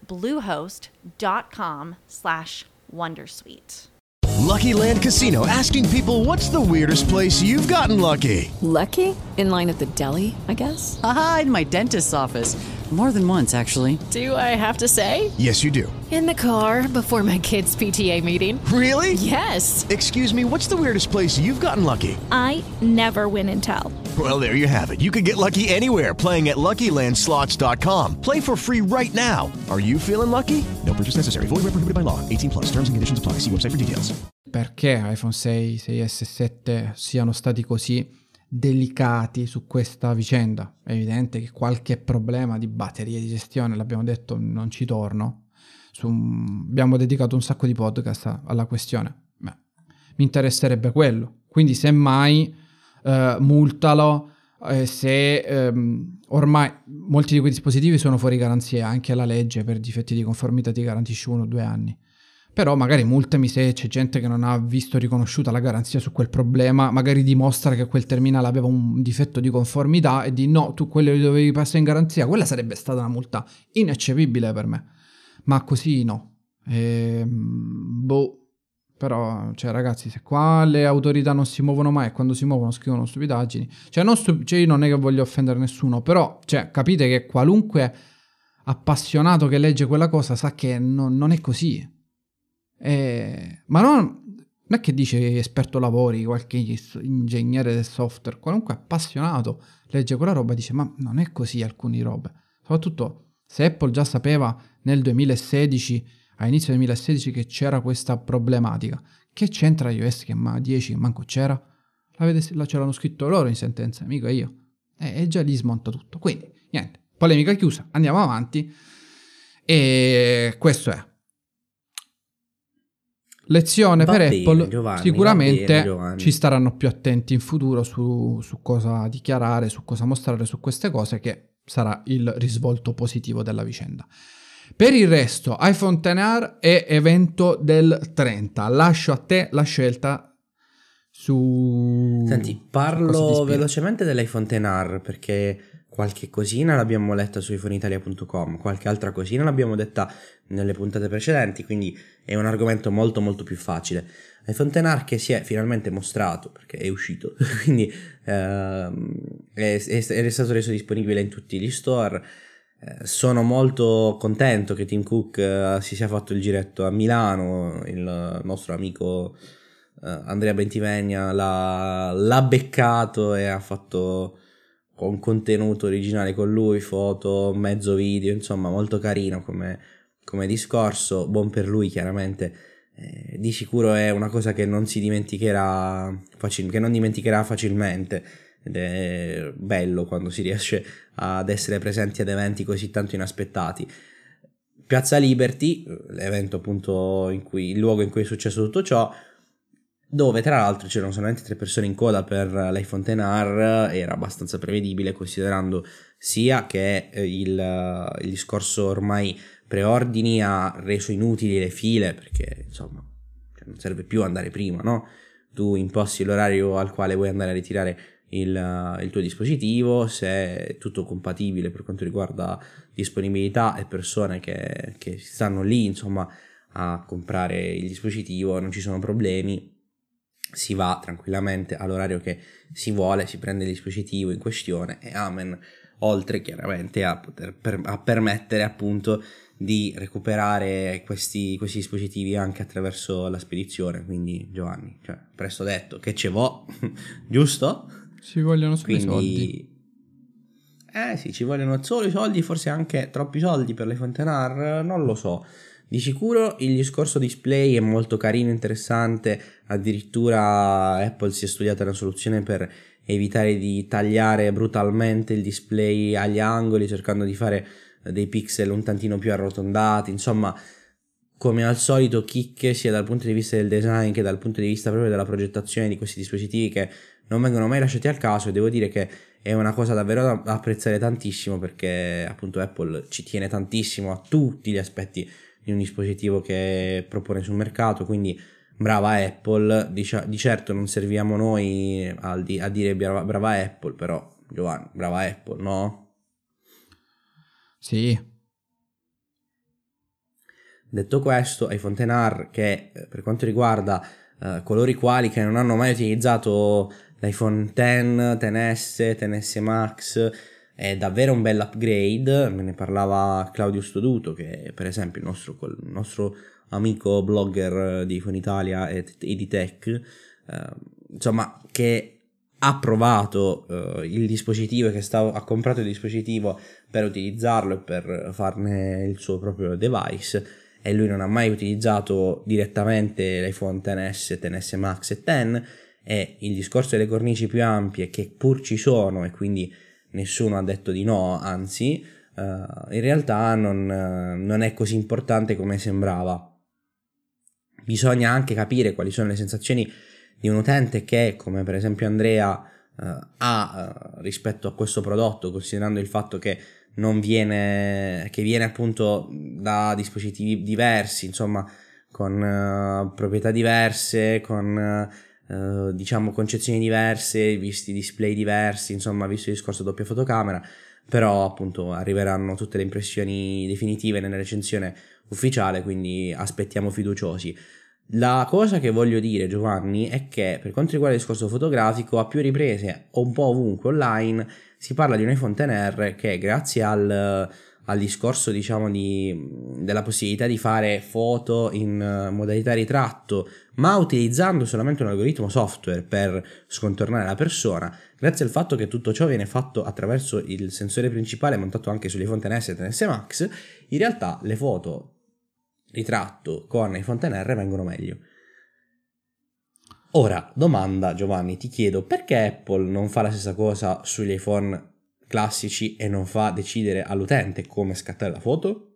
bluehost.com/wondersuite. Lucky Land Casino, asking people, what's the weirdest place you've gotten lucky? Lucky? In line at the deli, I guess? Aha, in my dentist's office. More than once, actually. Do I have to say? Yes, you do. In the car before my kids' PTA meeting. Really? Yes. Excuse me, what's the weirdest place you've gotten lucky? I never win and tell. Well, there you have it. You can get lucky anywhere, playing at LuckyLandSlots.com. Play for free right now. Are you feeling lucky? No purchase necessary. Void where prohibited by law. 18+. Terms and conditions apply. See website for details. Perché iPhone 6, 6S e 7 siano stati così delicati su questa vicenda? È evidente che qualche problema di batteria di gestione, l'abbiamo detto, non ci torno. Abbiamo dedicato un sacco di podcast alla questione. Beh, mi interesserebbe quello. Quindi semmai multalo se ormai molti di quei dispositivi sono fuori garanzia, anche la legge per difetti di conformità ti garantisce 1 o 2 anni. Però magari multami se c'è gente che non ha visto riconosciuta la garanzia su quel problema, magari dimostra che quel terminale aveva un difetto di conformità e di no, tu quello li dovevi passare in garanzia. Quella sarebbe stata una multa ineccepibile per me, ma così no. Però, cioè ragazzi, se qua le autorità non si muovono mai e quando si muovono scrivono stupidaggini, cioè io non è che voglio offendere nessuno, però cioè capite che qualunque appassionato che legge quella cosa sa che non è così. Ma non è che dice esperto lavori, qualche ingegnere del software, qualunque appassionato legge quella roba e dice ma non è così alcune robe. Soprattutto se Apple già sapeva nel 2016, a inizio 2016, che c'era questa problematica. Che c'entra iOS che 10 manco c'era? C'erano scritto loro in sentenza, mica io. E già lì smonta tutto. Quindi niente, polemica chiusa, andiamo avanti. E questo è. Lezione per Apple, Giovanni, sicuramente ci staranno più attenti in futuro su cosa dichiarare, su cosa mostrare su queste cose, che sarà il risvolto positivo della vicenda. Per il resto, iPhone XR è evento del 30, lascio a te la scelta Senti, parlo velocemente dell'iPhone XR perché qualche cosina l'abbiamo letta su iPhoneitalia.com, qualche altra cosina l'abbiamo detta nelle puntate precedenti, quindi è un argomento molto molto più facile. iPhone XR che si è finalmente mostrato, perché è uscito, quindi è stato reso disponibile in tutti gli store. Sono molto contento che Tim Cook si sia fatto il giretto a Milano, il nostro amico Andrea Bentivegna l'ha beccato e ha fatto un contenuto originale con lui, foto, mezzo video, insomma molto carino come discorso, buon per lui chiaramente. Di sicuro è una cosa che non si dimenticherà facilmente, ed è bello quando si riesce ad essere presenti ad eventi così tanto inaspettati. Piazza Liberty, l'evento appunto il luogo in cui è successo tutto ciò, dove tra l'altro c'erano solamente 3 persone in coda per l'iPhone XR, era abbastanza prevedibile considerando sia che il discorso ormai preordini ha reso inutili le file, perché insomma non serve più andare prima, no? Tu imposti l'orario al quale vuoi andare a ritirare il tuo dispositivo, se è tutto compatibile per quanto riguarda disponibilità e persone che stanno lì insomma a comprare il dispositivo, non ci sono problemi, si va tranquillamente all'orario che si vuole, si prende il dispositivo in questione e amen, oltre chiaramente a permettere appunto di recuperare questi dispositivi anche attraverso la spedizione. Quindi Giovanni, presto detto, che ce vo', giusto? Ci vogliono solo i soldi. Sì, ci vogliono solo i soldi, forse anche troppi soldi per l'iPhone XR, non lo so. Di sicuro il discorso display è molto carino, interessante, addirittura Apple si è studiata una soluzione per evitare di tagliare brutalmente il display agli angoli, cercando di fare dei pixel un tantino più arrotondati, insomma come al solito chicche sia dal punto di vista del design che dal punto di vista proprio della progettazione di questi dispositivi che non vengono mai lasciati al caso, e devo dire che è una cosa davvero da apprezzare tantissimo, perché appunto Apple ci tiene tantissimo a tutti gli aspetti di un dispositivo che propone sul mercato, quindi brava Apple. Di certo non serviamo noi a dire brava Apple, però Giovanni, brava Apple, no? Sì. Detto questo, iPhone XR che per quanto riguarda coloro i quali che non hanno mai utilizzato l'iPhone X, XS, XS Max, è davvero un bel upgrade. Me ne parlava Claudio Stoduto, che è per esempio il nostro amico blogger di iPhone Italia e di Tech, insomma, che ha provato il dispositivo e ha comprato il dispositivo per utilizzarlo e per farne il suo proprio device, e lui non ha mai utilizzato direttamente l'iPhone XS, XS Max e X, e il discorso delle cornici più ampie, che pur ci sono e quindi nessuno ha detto di no, anzi in realtà non è così importante come sembrava. Bisogna anche capire quali sono le sensazioni di un utente che, come per esempio Andrea, ha rispetto a questo prodotto, considerando il fatto che viene appunto da dispositivi diversi, insomma con proprietà diverse, con diciamo concezioni diverse, visti display diversi, insomma visto il discorso doppia fotocamera. Però appunto arriveranno tutte le impressioni definitive nella recensione ufficiale, quindi aspettiamo fiduciosi. La cosa che voglio dire, Giovanni, è che per quanto riguarda il discorso fotografico, a più riprese un po' ovunque online si parla di un iPhone XR che, grazie al discorso diciamo della possibilità di fare foto in modalità ritratto, ma utilizzando solamente un algoritmo software per scontornare la persona, grazie al fatto che tutto ciò viene fatto attraverso il sensore principale montato anche sull'iPhone XS e XS Max, in realtà le foto ritratto con iPhone XR vengono meglio. Ora, domanda, Giovanni, ti chiedo, perché Apple non fa la stessa cosa sugli iPhone classici e non fa decidere all'utente come scattare la foto?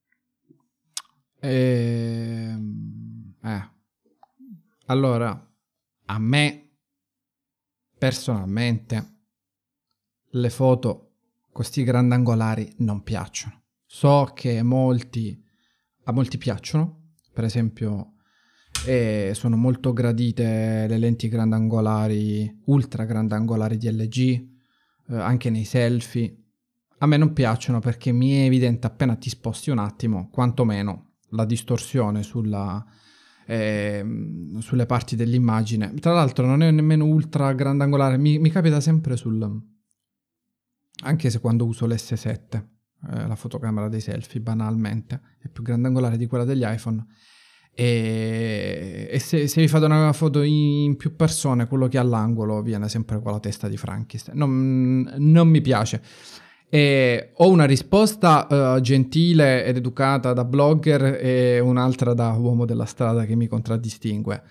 Allora, a me personalmente le foto con questi grandangolari non piacciono. So che a molti piacciono, per esempio e sono molto gradite le lenti grandangolari, ultra grandangolari di LG, anche nei selfie. A me non piacciono perché mi è evidente appena ti sposti un attimo, quantomeno la distorsione sulle parti dell'immagine. Tra l'altro non è nemmeno ultra grandangolare, mi capita sempre anche se quando uso l'S7, la fotocamera dei selfie, banalmente, è più grandangolare di quella degli iPhone. E se vi fate una foto in più persone, quello che è all'angolo viene sempre con la testa di Frankenstein. Non mi piace. E ho una risposta gentile ed educata da blogger e un'altra da uomo della strada che mi contraddistingue.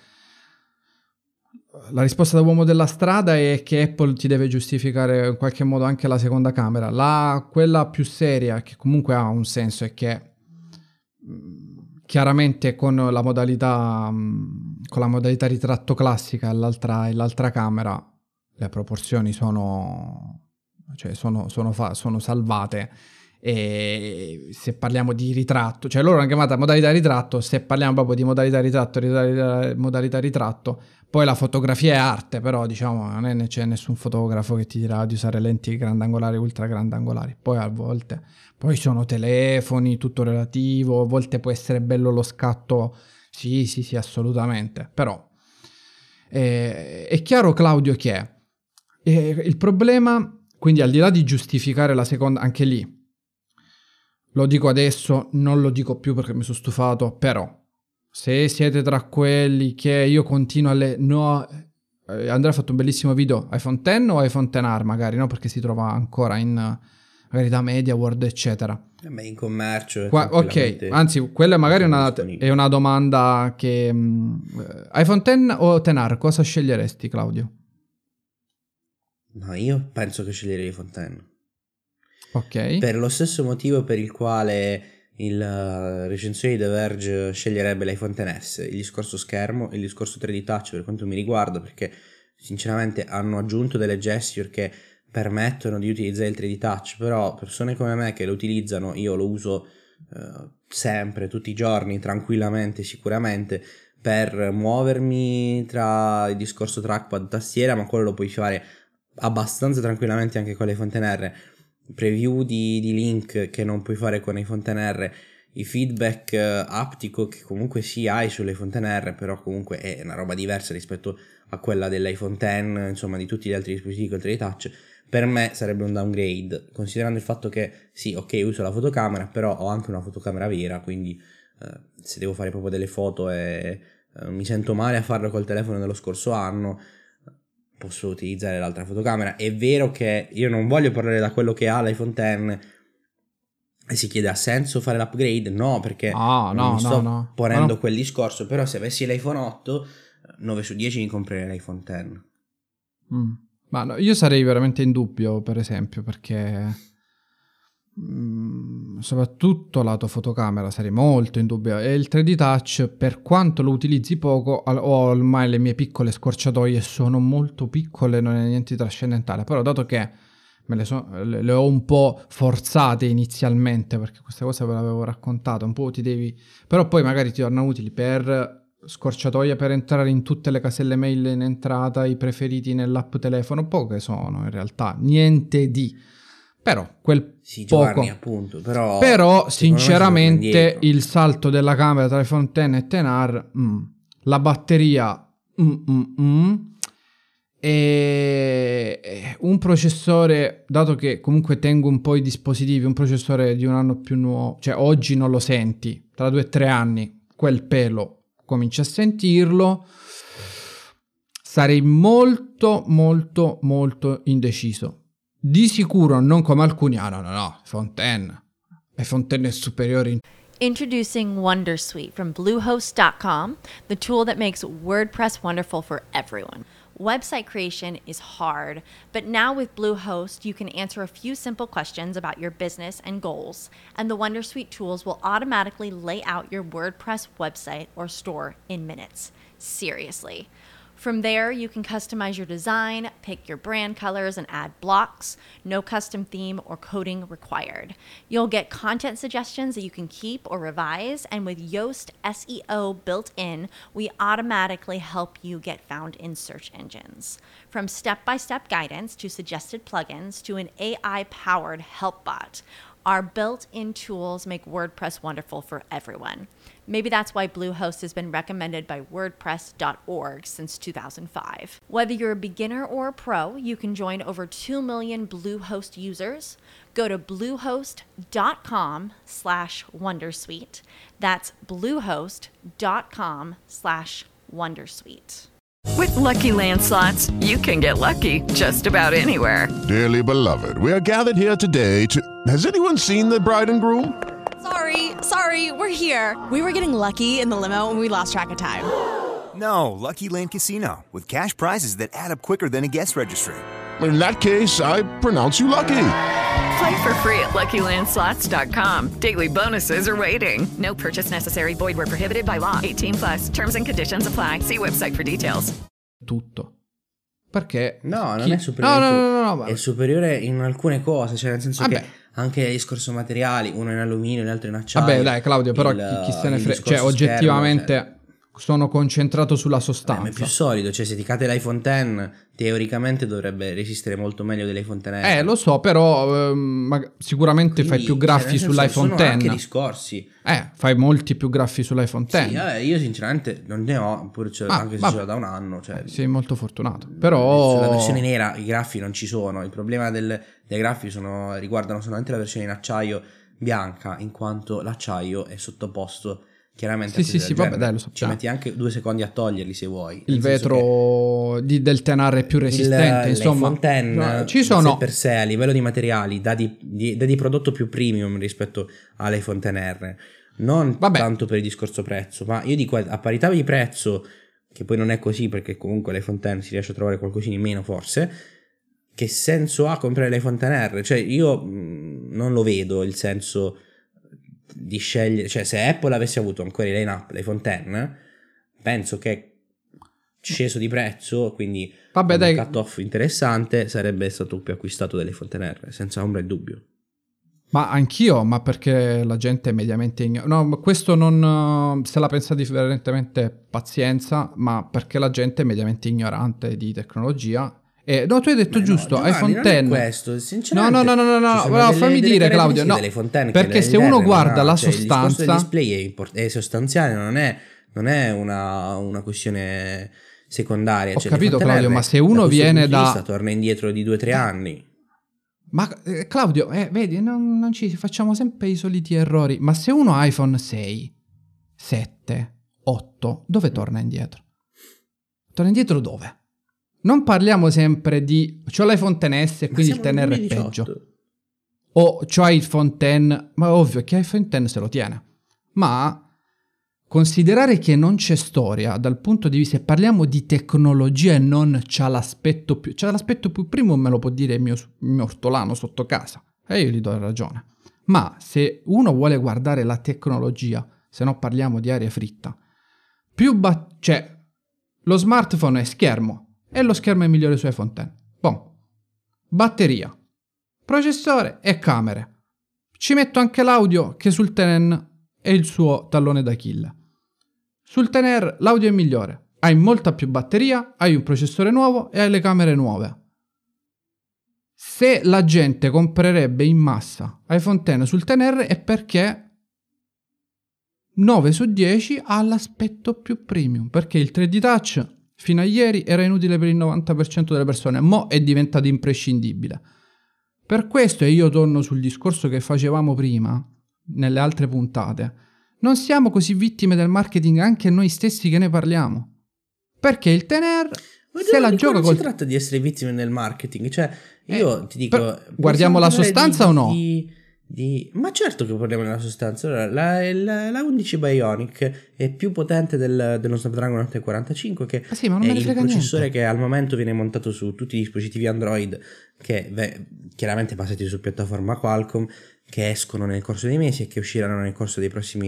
La risposta da uomo della strada è che Apple ti deve giustificare in qualche modo anche la seconda camera. Quella più seria, che comunque ha un senso, è che chiaramente con la modalità ritratto classica e l'altra camera le proporzioni sono salvate. E se parliamo di ritratto, cioè loro hanno chiamata modalità ritratto, se parliamo proprio di modalità ritratto, poi la fotografia è arte, però diciamo non c'è nessun fotografo che ti dirà di usare lenti grandangolari, ultra grandangolari. Poi a volte poi sono telefoni, tutto relativo, a volte può essere bello lo scatto, sì assolutamente, però è chiaro, Claudio, che il problema, quindi al di là di giustificare la seconda, anche lì lo dico adesso, non lo dico più perché mi sono stufato, però se siete tra quelli che io continuo Andrea ha fatto un bellissimo video, iPhone X o iPhone XR magari, no? Perché si trova ancora magari da Media World eccetera. Ma in commercio ok, anzi quella magari è una domanda che iPhone X o XR, cosa sceglieresti, Claudio? No, io penso che sceglierei iPhone X. Ok. Per lo stesso motivo per il quale il recensione di The Verge sceglierebbe l'iPhone XS, il discorso schermo e il discorso 3D Touch per quanto mi riguarda, perché sinceramente hanno aggiunto delle gesture che permettono di utilizzare il 3D Touch, però persone come me che lo utilizzano, io lo uso sempre, tutti i giorni, tranquillamente, sicuramente, per muovermi tra il discorso trackpad, tastiera, ma quello lo puoi fare abbastanza tranquillamente anche con l'iPhone XR. Preview di Link che non puoi fare con iPhone XR, i feedback aptico che comunque sì hai sull'iPhone XR, però comunque è una roba diversa rispetto a quella dell'iPhone X, insomma di tutti gli altri dispositivi con 3D Touch. Per me sarebbe un downgrade, considerando il fatto che sì, ok, uso la fotocamera, però ho anche una fotocamera vera, quindi se devo fare proprio delle foto e mi sento male a farlo col telefono dello scorso anno, posso utilizzare l'altra fotocamera. È vero che io non voglio parlare da quello che ha l'iPhone X e si chiede: ha senso fare l'upgrade? No, perché non mi sto ponendo quel discorso, però se avessi l'iPhone 8 9 su 10 mi comprerei l'iPhone X. Ma no, io sarei veramente in dubbio, per esempio, perché soprattutto lato fotocamera sarei molto in dubbio, e il 3D Touch, per quanto lo utilizzi poco, ho ormai le mie piccole scorciatoie, sono molto piccole, non è niente di trascendentale, però dato che le ho un po' forzate inizialmente, perché questa cosa ve l'avevo raccontata, un po' però poi magari ti tornano utili per scorciatoia per entrare in tutte le caselle mail in entrata, i preferiti nell'app telefono, poche sono in realtà, niente di, però quel sì, poco, Giovanni, appunto, però sinceramente il salto della camera tra iPhone X e XR, la batteria e un processore, dato che comunque tengo un po' i dispositivi, un processore di un anno più nuovo, cioè oggi non lo senti, tra 2 o 3 anni quel pelo cominci a sentirlo, sarei molto molto molto indeciso. Di sicuro non come alcuni, no, iPhone X è superiore. Introducing Wondersuite from Bluehost.com, the tool that makes WordPress wonderful for everyone. Website creation is hard, but now with Bluehost, you can answer a few simple questions about your business and goals, and the Wondersuite tools will automatically lay out your WordPress website or store in minutes. Seriously. From there, you can customize your design, pick your brand colors, and add blocks. No custom theme or coding required. You'll get content suggestions that you can keep or revise, and with Yoast SEO built in, we automatically help you get found in search engines. From step-by-step guidance to suggested plugins to an AI-powered help bot, our built-in tools make WordPress wonderful for everyone. Maybe that's why Bluehost has been recommended by WordPress.org since 2005. Whether you're a beginner or a pro, you can join over 2 million Bluehost users. Go to bluehost.com/wondersuite. That's bluehost.com/wondersuite. With Lucky Land Slots, you can get lucky just about anywhere. Dearly beloved, we are gathered here today to... Has anyone seen the bride and groom? Sorry, we're here. We were getting lucky in the limo and we lost track of time. No, Lucky Land Casino, with cash prizes that add up quicker than a guest registry. In that case, I pronounce you lucky. Play for free at LuckyLandSlots.com. Daily bonuses are waiting. No purchase necessary. Void where prohibited by law. 18+. Terms and conditions apply. See website for details. Tutto. Perché? No, non è superiore. No. È superiore in alcune cose, cioè nel senso che anche il discorso materiali, uno in alluminio, l'altro in acciaio. Vabbè, dai, Claudio, però chi se ne frega, cioè oggettivamente schermo, sono concentrato sulla sostanza. Ma è più solido, cioè se ti cade l'iPhone X teoricamente dovrebbe resistere molto meglio dell'iPhone XS. Lo so, però sicuramente quindi, fai più graffi sull'iPhone X. Sono anche discorsi. Fai molti più graffi sull'iPhone X. Sì, io sinceramente non ne ho, pure anche se ce l'ho da un anno. Cioè, sei molto fortunato. Però sulla versione nera i graffi non ci sono. Il problema dei graffi riguardano solamente la versione in acciaio bianca, in quanto l'acciaio è sottoposto chiaramente sì, vabbè, dai, lo so. Ci metti anche 2 secondi a toglierli se vuoi. Il vetro del Tenar è più resistente, insomma. L'iPhone X ci sono per sé a livello di materiali dà di prodotto più premium rispetto all'iPhone XR. Non tanto per il discorso prezzo, ma io dico a parità di prezzo, che poi non è così perché comunque l'iPhone X si riesce a trovare qualcosina in meno forse. Che senso ha comprare l'iPhone XR? Cioè io non lo vedo il senso di scegliere, cioè se Apple avesse avuto ancora in line-up l'iPhone X, penso che sceso di prezzo, quindi un cut-off interessante, sarebbe stato più acquistato dell'iPhone XR, senza ombra di dubbio. Ma anch'io, ma perché la gente è mediamente no, questo non se la pensa differentemente, pazienza, ma perché la gente è mediamente ignorante di tecnologia. No, tu hai detto giusto, Giovanni, iPhone X. Questo, sinceramente. No, fammi dire, Claudio, no, perché se uno guarda la sostanza, il display è sostanziale, non è una questione secondaria. Ho capito, Claudio, ma se uno viene da torna indietro di 2-3 anni. Ma Claudio, vedi, non ci facciamo sempre i soliti errori. Ma se uno ha iPhone 6, 7, 8, dove torna indietro? Torna indietro dove? Non parliamo sempre di c'ho l'iPhone XS e quindi il XR è peggio. O c'ho iPhone X, ma ovvio che iPhone X se lo tiene. Ma considerare che non c'è storia dal punto di vista, se parliamo di tecnologia e non c'ha l'aspetto più premium, me lo può dire il mio ortolano sotto casa e io gli do ragione. Ma se uno vuole guardare la tecnologia, se no parliamo di aria fritta, cioè lo smartphone è schermo e lo schermo è migliore su iPhone X. Batteria, processore e camere. Ci metto anche l'audio che sul XR è il suo tallone d'Achille. Sul XR l'audio è migliore, hai molta più batteria, hai un processore nuovo e hai le camere nuove. Se la gente comprerebbe in massa iPhone X sul XR è perché 9 su 10 ha l'aspetto più premium, perché il 3D Touch fino a ieri era inutile per il 90% delle persone, mo' è diventato imprescindibile. Per questo, e io torno sul discorso che facevamo prima, nelle altre puntate, non siamo così vittime del marketing anche noi stessi che ne parliamo. Perché il XR se la gioca non si tratta di essere vittime del marketing, cioè io ti dico... guardiamo la sostanza o no? Ma certo che parliamo della sostanza. Allora, la 11 Bionic è più potente dello Snapdragon 845, che è il processore che al momento viene montato su tutti i dispositivi Android, che chiaramente basati su piattaforma Qualcomm, che escono nel corso dei mesi e che usciranno nel corso dei prossimi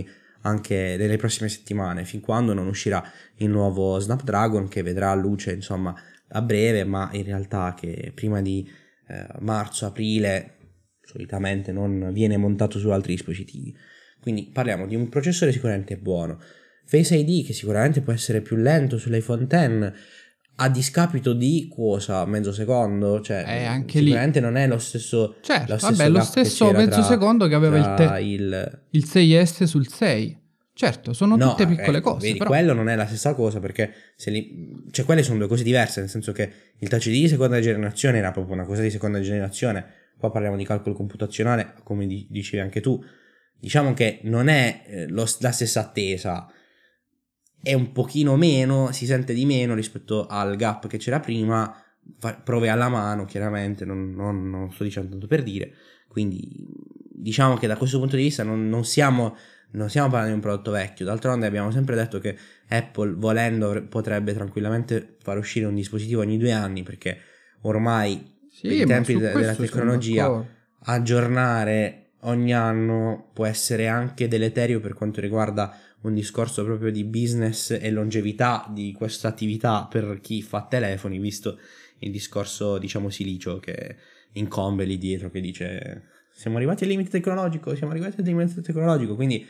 anche nelle prossime settimane, fin quando non uscirà il nuovo Snapdragon, che vedrà luce insomma a breve, ma in realtà che prima di marzo-aprile solitamente non viene montato su altri dispositivi. Quindi parliamo di un processore sicuramente buono, Face ID che sicuramente può essere più lento sull'iPhone X, a discapito di cosa? Mezzo secondo? Cioè, anche sicuramente lì non è lo stesso. Certo, vabbè, lo stesso mezzo secondo che aveva il 6S sul 6. Certo, sono tutte piccole cose. Vedi, però quello non è la stessa cosa, perché cioè, quelle sono due cose diverse, nel senso che il Touch ID di seconda generazione era proprio una cosa di seconda generazione. Qua parliamo di calcolo computazionale, come dicevi anche tu. Diciamo che non è la stessa attesa. È un pochino meno, si sente di meno rispetto al gap che c'era prima, prove alla mano chiaramente, non sto dicendo tanto per dire, quindi diciamo che da questo punto di vista non stiamo parlando di un prodotto vecchio. D'altronde abbiamo sempre detto che Apple, volendo, potrebbe tranquillamente far uscire un dispositivo ogni 2 anni, perché ormai per i tempi della tecnologia aggiornare ogni anno può essere anche deleterio per quanto riguarda un discorso proprio di business e longevità di questa attività per chi fa telefoni, visto il discorso diciamo silicio che incombe lì dietro, che dice siamo arrivati al limite tecnologico, quindi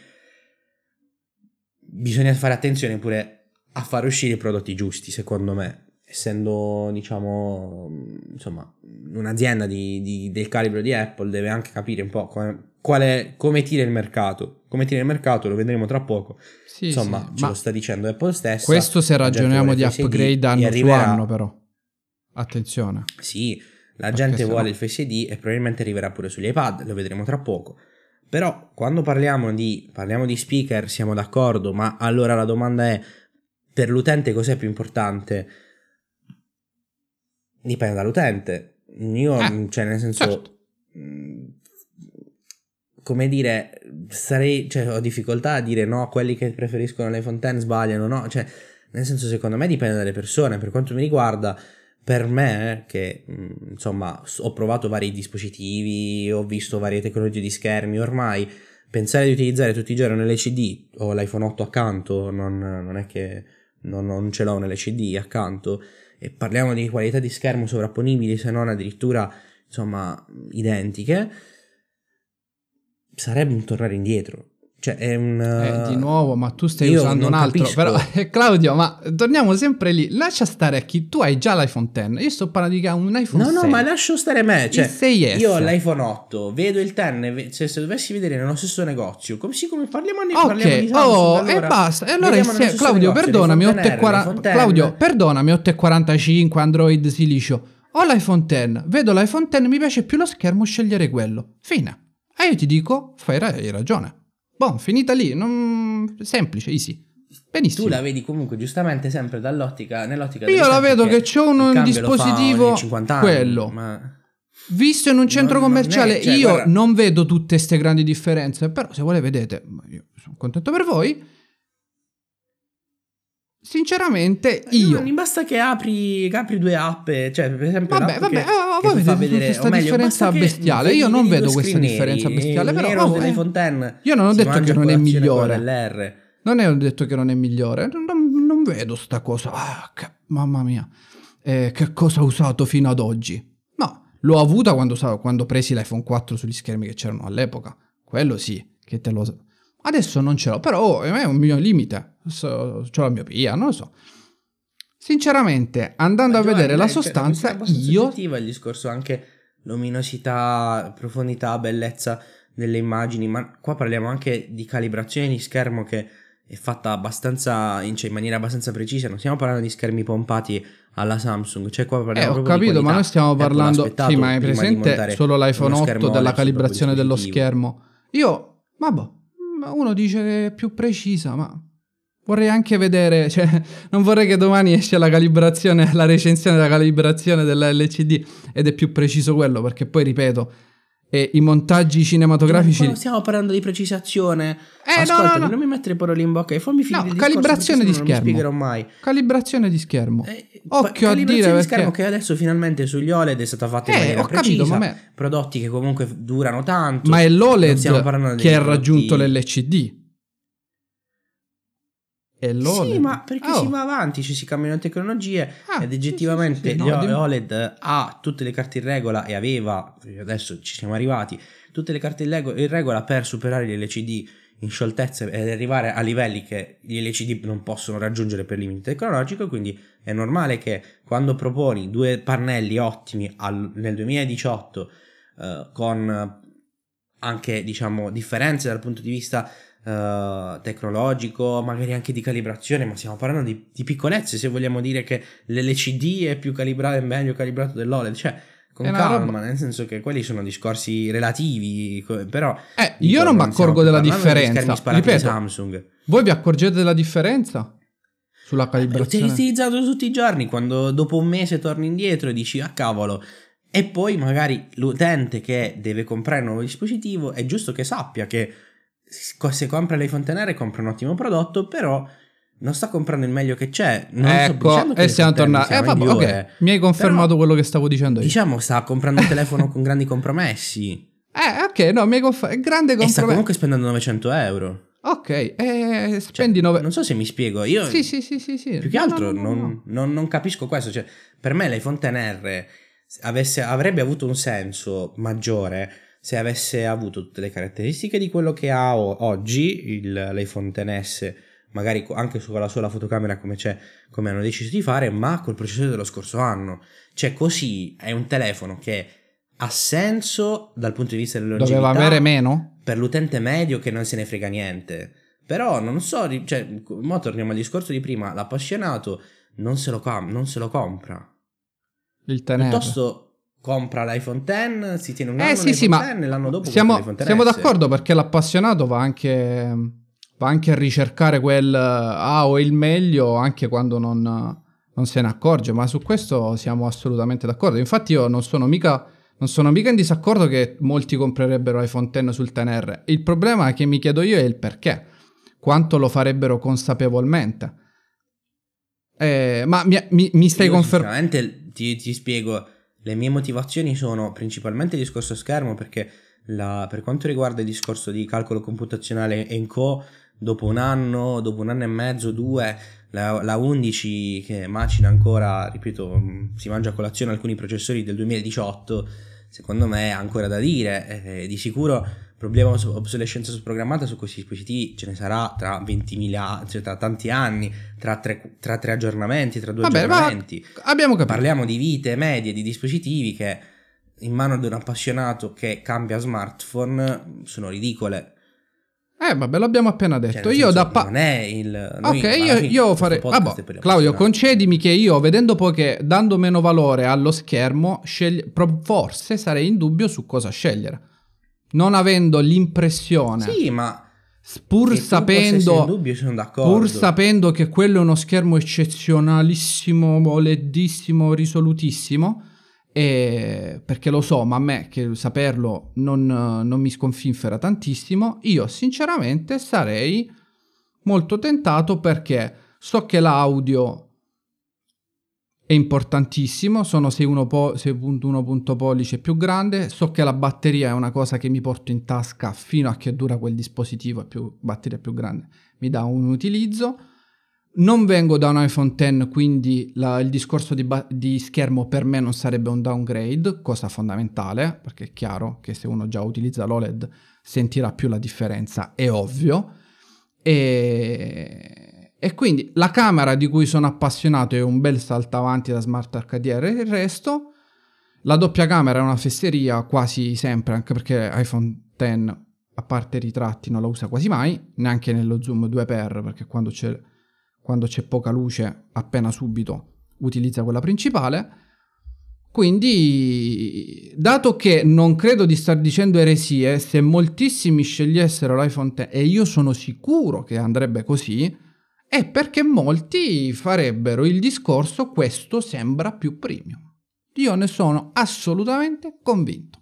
bisogna fare attenzione pure a far uscire i prodotti giusti, secondo me, essendo diciamo insomma un'azienda del calibro di Apple deve anche capire un po' come tira il mercato. Come tira il mercato lo vedremo tra poco. Sì, insomma, sì, ce lo sta dicendo Apple stessa. Questo se ragioniamo di upgrade anno su anno, però. Attenzione. Sì, la gente vuole il Face ID e probabilmente arriverà pure sugli iPad, lo vedremo tra poco. Però quando parliamo di speaker siamo d'accordo, ma allora la domanda è: per l'utente cos'è più importante? Dipende dall'utente. Io, cioè nel senso... Certo. Come dire, ho difficoltà a dire no, quelli che preferiscono l'iPhone X sbagliano, no, cioè nel senso secondo me dipende dalle persone. Per quanto mi riguarda, per me che insomma ho provato vari dispositivi, ho visto varie tecnologie di schermi, ormai pensare di utilizzare tutti i giorni un LCD o l'iPhone 8 accanto, non è che non ce l'ho un LCD accanto, e parliamo di qualità di schermo sovrapponibili, se non addirittura insomma identiche, sarebbe un tornare indietro. Cioè è un di nuovo, ma tu stai usando un altro. Però Claudio, ma torniamo sempre lì. Lascia stare a chi tu hai già l'iPhone X. Io sto parlando di un iPhone 6. No, ma lascio stare me. Cioè, il 6S. Io ho l'iPhone 8, vedo il X, se dovessi vedere nello stesso negozio, come parliamo di Samsung, e basta. E allora Claudio, perdonami, 8,40. Claudio, perdonami, 8,45 Android silicio. Ho l'iPhone X, vedo l'iPhone X, mi piace più lo schermo, scegliere quello. Fine. E io ti dico, hai ragione. Boh, finita lì, semplice, easy. Benissimo. Tu la vedi comunque giustamente sempre nell'ottica. Io la vedo che c'ho un dispositivo, quello. Ma... Visto in un centro commerciale, io non vedo tutte ste grandi differenze, però se volete vedete, io sono contento per voi. Sinceramente io non basta che apri 2 app, cioè per esempio voi vedete questa differenza bestiale. Io non vedo questa differenza bestiale, però io non ho detto che non è migliore. Non ho detto che non è migliore. Non vedo sta cosa. Mamma mia, che cosa ho usato fino ad oggi? No, l'ho avuta quando presi l'iPhone 4 sugli schermi che c'erano all'epoca. Quello sì, che te lo... Adesso non ce l'ho, però è un mio limite. C'ho la miopia, non lo so. Sinceramente, andando a vedere la sostanza, io... il discorso anche luminosità, profondità, bellezza delle immagini, ma qua parliamo anche di calibrazione di schermo che è fatta in maniera abbastanza precisa. Non stiamo parlando di schermi pompati alla Samsung, cioè qua parliamo ho capito, ma noi stiamo parlando... Sì, ma hai presente solo l'iPhone 8 della calibrazione dello schermo? Io, vabbè. Uno dice che è più precisa, ma vorrei anche vedere, cioè non vorrei che domani esce la recensione della calibrazione dell'LCD ed è più preciso quello, perché poi ripeto, i montaggi cinematografici... Non stiamo parlando di precisazione. Ascolta, non mi mettere parole in bocca e fammi finire il discorso, calibrazione di schermo. Non mi spiegherò mai. Calibrazione di schermo. Occhio a dire, perché... di schermo che adesso finalmente sugli OLED è stata fatta in maniera precisa. Prodotti che comunque durano tanto. Ma è l'OLED che ha raggiunto l'LCD. e l'OLED. Sì, ma perché si va avanti, cioè si cambiano tecnologie ed oggettivamente l'OLED ha tutte le carte in regola e aveva, adesso ci siamo arrivati, tutte le carte in regola per superare gli LCD in scioltezza ed arrivare a livelli che gli LCD non possono raggiungere per limite tecnologico, quindi è normale che quando proponi due pannelli ottimi nel 2018 con anche diciamo differenze dal punto di vista tecnologico, magari anche di calibrazione, ma stiamo parlando di piccolezze, se vogliamo dire che l'LCD è più calibrato, è meglio calibrato dell'OLED, cioè con calma, nel senso che quelli sono discorsi relativi, però io non mi accorgo della differenza. Ripeto, Samsung. Voi vi accorgete della differenza sulla calibrazione? L'hai utilizzato tutti i giorni, quando dopo un mese torni indietro e dici cavolo, e poi magari l'utente che deve comprare un nuovo dispositivo è giusto che sappia che se compra l'iPhone XR compra un ottimo prodotto, però non sta comprando il meglio che c'è. Ecco, e siamo tornati. Okay. Mi hai confermato però, quello che stavo dicendo io. Diciamo, sta comprando un telefono con grandi compromessi. Ok, no, mi hai confermato. Grande compromesso. E sta comunque spendendo 900 euro. Ok, spendi 9... Non so se mi spiego. Io sì. Più che altro non capisco questo. Cioè, per me l'iPhone XR avrebbe avuto un senso maggiore se avesse avuto tutte le caratteristiche di quello che ha oggi l'iPhone XS, magari anche con la sola fotocamera come hanno deciso di fare, ma col processore dello scorso anno. Cioè così è un telefono che ha senso dal punto di vista della longevità. Doveva avere meno? Per l'utente medio che non se ne frega niente. Però non so, cioè, mo torniamo al discorso di prima, l'appassionato non se lo compra. Il tenere. Piuttosto compra l'iPhone X, si tiene un anno sì, l'iPhone X e l'anno dopo siamo l'iPhone d'accordo, perché l'appassionato va anche a ricercare quel o il meglio anche quando non se ne accorge, ma su questo siamo assolutamente d'accordo. Infatti io non sono mica in disaccordo che molti comprerebbero l'iPhone X sul XR. Il problema che mi chiedo io è il perché, quanto lo farebbero consapevolmente. Ma mi stai confermando? Sinceramente ti spiego. Le mie motivazioni sono principalmente il discorso schermo, perché per quanto riguarda il discorso di calcolo computazionale e co, dopo un anno e mezzo, 2, la 11 che macina ancora, ripeto, si mangia a colazione alcuni processori del 2018, secondo me è ancora da dire. Di sicuro problema obsolescenza programmata su questi dispositivi ce ne sarà tra 20.000, cioè tra tanti anni, tra tre aggiornamenti, tra 2 aggiornamenti. Abbiamo capito. Parliamo di vite medie di dispositivi che in mano di un appassionato che cambia smartphone sono ridicole. Vabbè, l'abbiamo appena detto. Cioè, io non è il... io farei... Claudio, concedimi che io, vedendo poi che dando meno valore allo schermo, forse sarei in dubbio su cosa scegliere. Non avendo l'impressione... Sì, ma... Pur sapendo... in dubbio, sono d'accordo. Pur sapendo che quello è uno schermo eccezionalissimo, OLEDissimo, risolutissimo... perché lo so, ma a me che saperlo non mi sconfinfera tantissimo. Io sinceramente sarei molto tentato, perché so che l'audio è importantissimo, sono 6.1 pollice più grande, so che la batteria è una cosa che mi porto in tasca fino a che dura quel dispositivo, batteria più grande mi dà un utilizzo. Non vengo da un iPhone X, quindi il discorso di schermo per me non sarebbe un downgrade, cosa fondamentale, perché è chiaro che se uno già utilizza l'OLED sentirà più la differenza, è ovvio. E quindi la camera di cui sono appassionato è un bel salto avanti da Smart HDR, e il resto, la doppia camera è una fesseria quasi sempre, anche perché iPhone X, a parte i ritratti, non la usa quasi mai, neanche nello zoom 2x, perché quando c'è poca luce, appena subito utilizza quella principale. Quindi, dato che non credo di star dicendo eresie, se moltissimi scegliessero l'iPhone X, e io sono sicuro che andrebbe così, è perché molti farebbero il discorso questo sembra più premium. Io ne sono assolutamente convinto.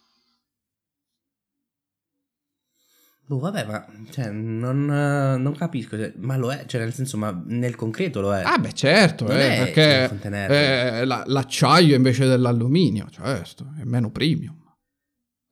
Vabbè, ma cioè, non capisco, ma lo è, cioè nel senso, ma nel concreto lo è. Beh, certo, perché l'acciaio invece dell'alluminio, certo, è meno premium.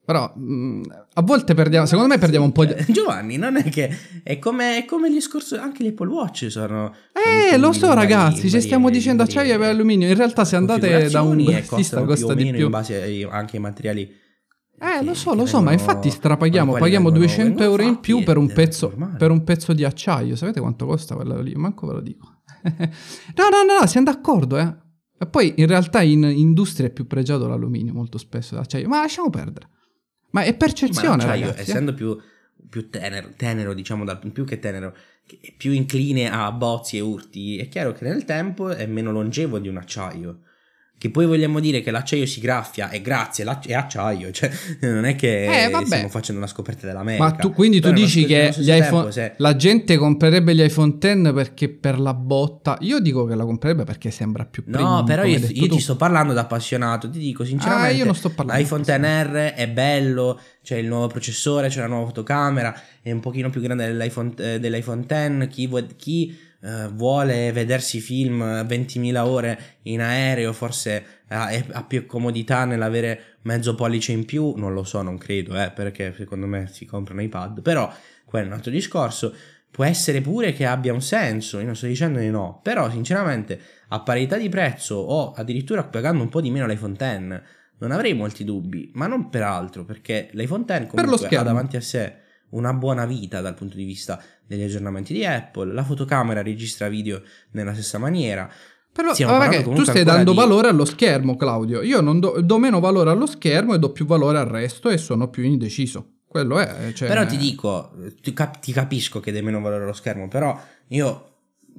Però a volte perdiamo, secondo me perdiamo un po' di... Giovanni, non è che è come il discorso, anche gli Apple Watch sono lo so ragazzi, ci stiamo dicendo acciaio e alluminio, in realtà se andate da un grossista costa di più in base anche ai materiali. Lo so, ma infatti paghiamo 200 euro in più per un pezzo di acciaio. Sapete quanto costa quello lì? Manco ve lo dico. No, siamo d'accordo, E poi in realtà in industria è più pregiato l'alluminio molto spesso dell'acciaio, ma lasciamo perdere. Ma è percezione, ma ragazzi. Essendo più tenero, diciamo, più che tenero, più incline a bozzi e urti, è chiaro che nel tempo è meno longevo di un acciaio. Che poi vogliamo dire che l'acciaio si graffia e grazie è acciaio, cioè non è che stiamo facendo una scoperta dell'America. Ma tu dici che gli iPhone, la gente comprerebbe gli iPhone X perché per la botta? Io dico che la comprerebbe perché sembra più premium. No, però io ti sto parlando da appassionato, ti dico sinceramente, io non sto parlando l'iPhone XR è bello, c'è il nuovo processore, c'è la nuova fotocamera, è un pochino più grande dell'iPhone X, chi vuole vedersi film 20.000 ore in aereo, forse ha più comodità nell'avere mezzo pollice in più, non lo so, non credo, perché secondo me si comprano iPad, però quello è un altro discorso. Può essere pure che abbia un senso, io non sto dicendo di no, però sinceramente a parità di prezzo o addirittura pagando un po' di meno l'iPhone X non avrei molti dubbi, ma non per altro, perché l'iPhone X comunque ha davanti a sé una buona vita dal punto di vista degli aggiornamenti di Apple, la fotocamera registra video nella stessa maniera. Però tu stai dando valore allo schermo, Claudio. Io non do meno valore allo schermo e do più valore al resto e sono più indeciso. Quello è. Però ti dico, ti capisco che dai meno valore allo schermo, però io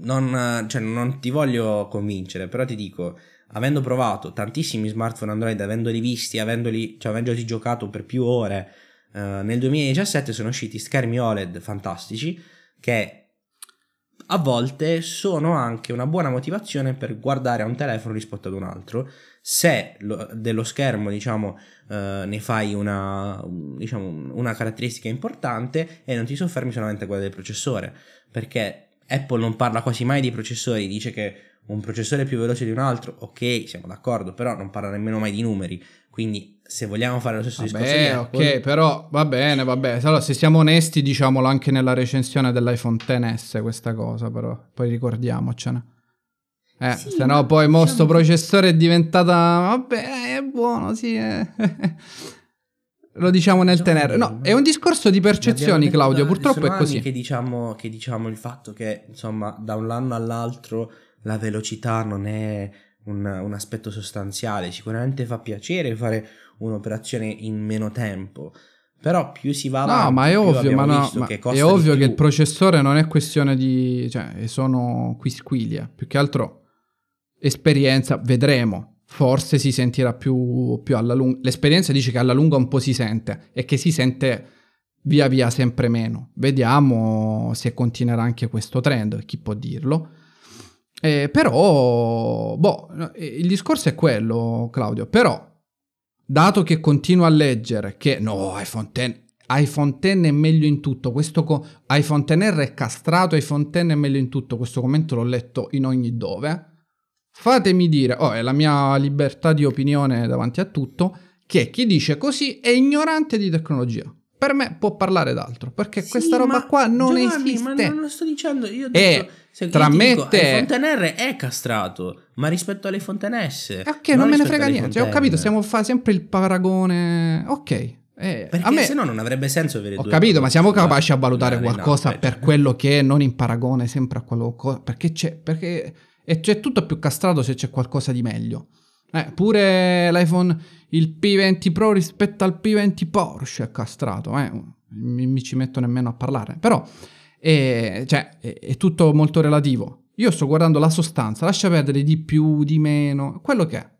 non ti voglio convincere, però ti dico, avendo provato tantissimi smartphone Android, avendoli visti, avendoli giocato per più ore, nel 2017 sono usciti schermi OLED fantastici che a volte sono anche una buona motivazione per guardare a un telefono rispetto ad un altro, se dello schermo ne fai una caratteristica importante e non ti soffermi solamente a quella del processore, perché Apple non parla quasi mai di processori, dice che un processore è più veloce di un altro, ok, siamo d'accordo, però non parla nemmeno mai di numeri. Quindi se vogliamo fare lo stesso discorso di Apple, ok, però va bene. Allora, se siamo onesti, diciamolo anche nella recensione dell'iPhone XS questa cosa, però poi ricordiamocene. Se no poi sto processore è diventata, vabbè, è buono, sì. Lo diciamo nel tenere. No, è un discorso di percezioni, Claudio, purtroppo è così. Che diciamo il fatto che, insomma, da un anno all'altro la velocità non è un aspetto sostanziale. Sicuramente fa piacere fare un'operazione in meno tempo, però più si va avanti, ma è ovvio, è ovvio che il processore non è questione di, sono quisquilie, più che altro esperienza, vedremo, forse si sentirà più alla lunga. L'esperienza dice che alla lunga un po' si sente e che si sente via via sempre meno. Vediamo se continuerà anche questo trend, chi può dirlo. Però il discorso è quello, Claudio. Però, dato che continuo a leggere che no, iPhone X è meglio in tutto, questo iPhone XR è castrato, iPhone X è meglio in tutto, questo commento l'ho letto in ogni dove, fatemi dire, è la mia libertà di opinione davanti a tutto, che chi dice così è ignorante di tecnologia. Per me può parlare d'altro, perché questa roba qua non esiste. Ma non lo sto dicendo, io ho detto, l'iPhone XR è castrato, ma rispetto all'iPhone XS ok, non me ne frega niente, ho capito, stiamo a fare sempre il paragone, ok. Perché se no non avrebbe senso avere due. Ho capito, ma siamo capaci a valutare qualcosa per quello che è, non in paragone sempre a quello, perché c'è tutto più castrato se c'è qualcosa di meglio. Pure l'iPhone, il P20 Pro rispetto al P20 Porsche è castrato, mi ci metto nemmeno a parlare, però è tutto molto relativo. Io sto guardando la sostanza, lascia perdere di più, di meno, quello che è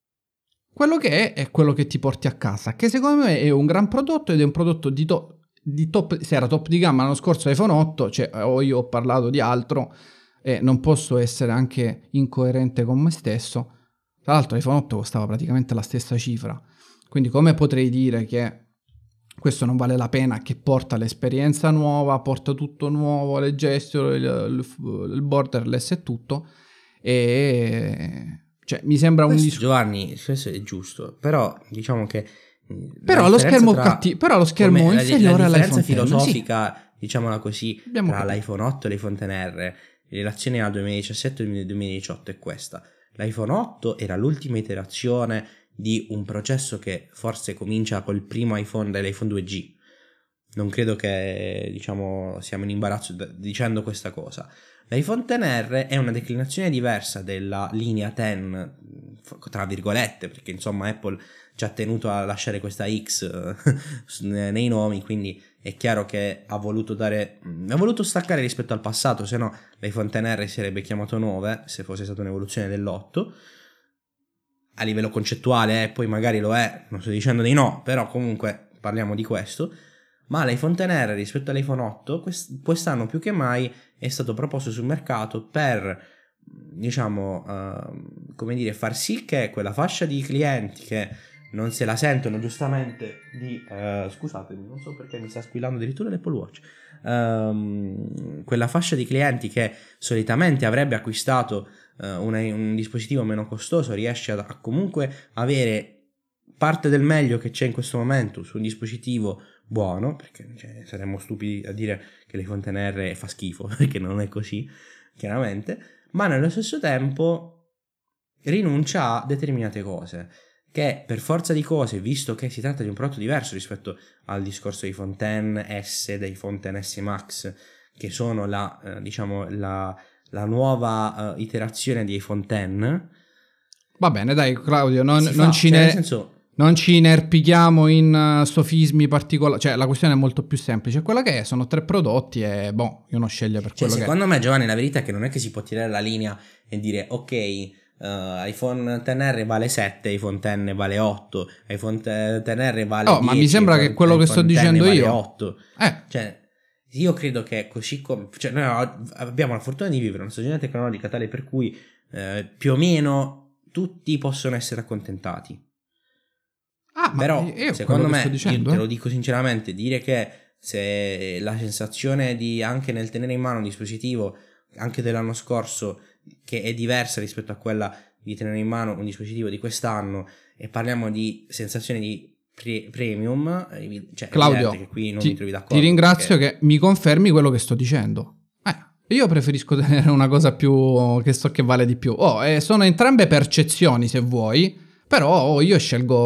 è quello che ti porti a casa, che secondo me è un gran prodotto ed è un prodotto di top, se era top di gamma l'anno scorso iPhone 8, io ho parlato di altro e non posso essere anche incoerente con me stesso. Tra l'altro l'iPhone 8 costava praticamente la stessa cifra, quindi come potrei dire che questo non vale la pena, che porta l'esperienza nuova, porta tutto nuovo, le gesture, il borderless e tutto, e mi sembra un Giovanni, questo è giusto, però diciamo che Però lo schermo però lo schermo inferiore la all'iPhone differenza filosofica, diciamola così, tra l'iPhone 8 e l'iPhone XR in relazione al 2017 e 2018 è questa. L'iPhone 8 era l'ultima iterazione di un processo che forse comincia col primo iPhone dell'iPhone 2G. Non credo che, diciamo, siamo in imbarazzo dicendo questa cosa. L'iPhone XR è una declinazione diversa della linea 10, tra virgolette, perché insomma Apple ci ha tenuto a lasciare questa X nei nomi, quindi è chiaro che ha voluto staccare rispetto al passato, se no l'iPhone XR si sarebbe chiamato 9 se fosse stata un'evoluzione dell'8. A livello concettuale poi magari lo è, non sto dicendo di no, però comunque parliamo di questo. Ma l'iPhone XR rispetto all'iPhone 8 quest'anno più che mai è stato proposto sul mercato per, diciamo, come dire, far sì che quella fascia di clienti che non se la sentono giustamente di scusatemi, non so perché mi sta squillando addirittura l'Apple Watch, quella fascia di clienti che solitamente avrebbe acquistato un dispositivo meno costoso riesce a comunque avere parte del meglio che c'è in questo momento su un dispositivo buono, perché saremmo stupidi a dire che l'iPhone XR fa schifo, perché non è così, chiaramente, ma nello stesso tempo rinuncia a determinate cose che per forza di cose, visto che si tratta di un prodotto diverso rispetto al discorso iPhone XS ed iPhone XS Max, che sono la nuova iterazione di iPhone X. Va bene, dai Claudio, non ci inerpichiamo in sofismi particolari, cioè la questione è molto più semplice, quella che è, sono 3 prodotti e uno sceglie per quello che è. Secondo me, Giovanni, la verità è che non è che si può tirare la linea e dire ok, iPhone XR vale 7, iPhone X vale 8, iPhone XR vale 10, ma mi sembra che quello che sto dicendo vale io 8. Cioè, io credo che così come, cioè, noi abbiamo la fortuna di vivere una stagione tecnologica tale per cui più o meno tutti possono essere accontentati. Però secondo me, io te lo dico sinceramente, dire che se la sensazione di anche nel tenere in mano un dispositivo anche dell'anno scorso che è diversa rispetto a quella di tenere in mano un dispositivo di quest'anno, e parliamo di sensazione di premium, cioè Claudio, che qui non mi trovi d'accordo. Ti ringrazio che mi confermi quello che sto dicendo. Io preferisco tenere una cosa più che so che vale di più. Sono entrambe percezioni, se vuoi. Però io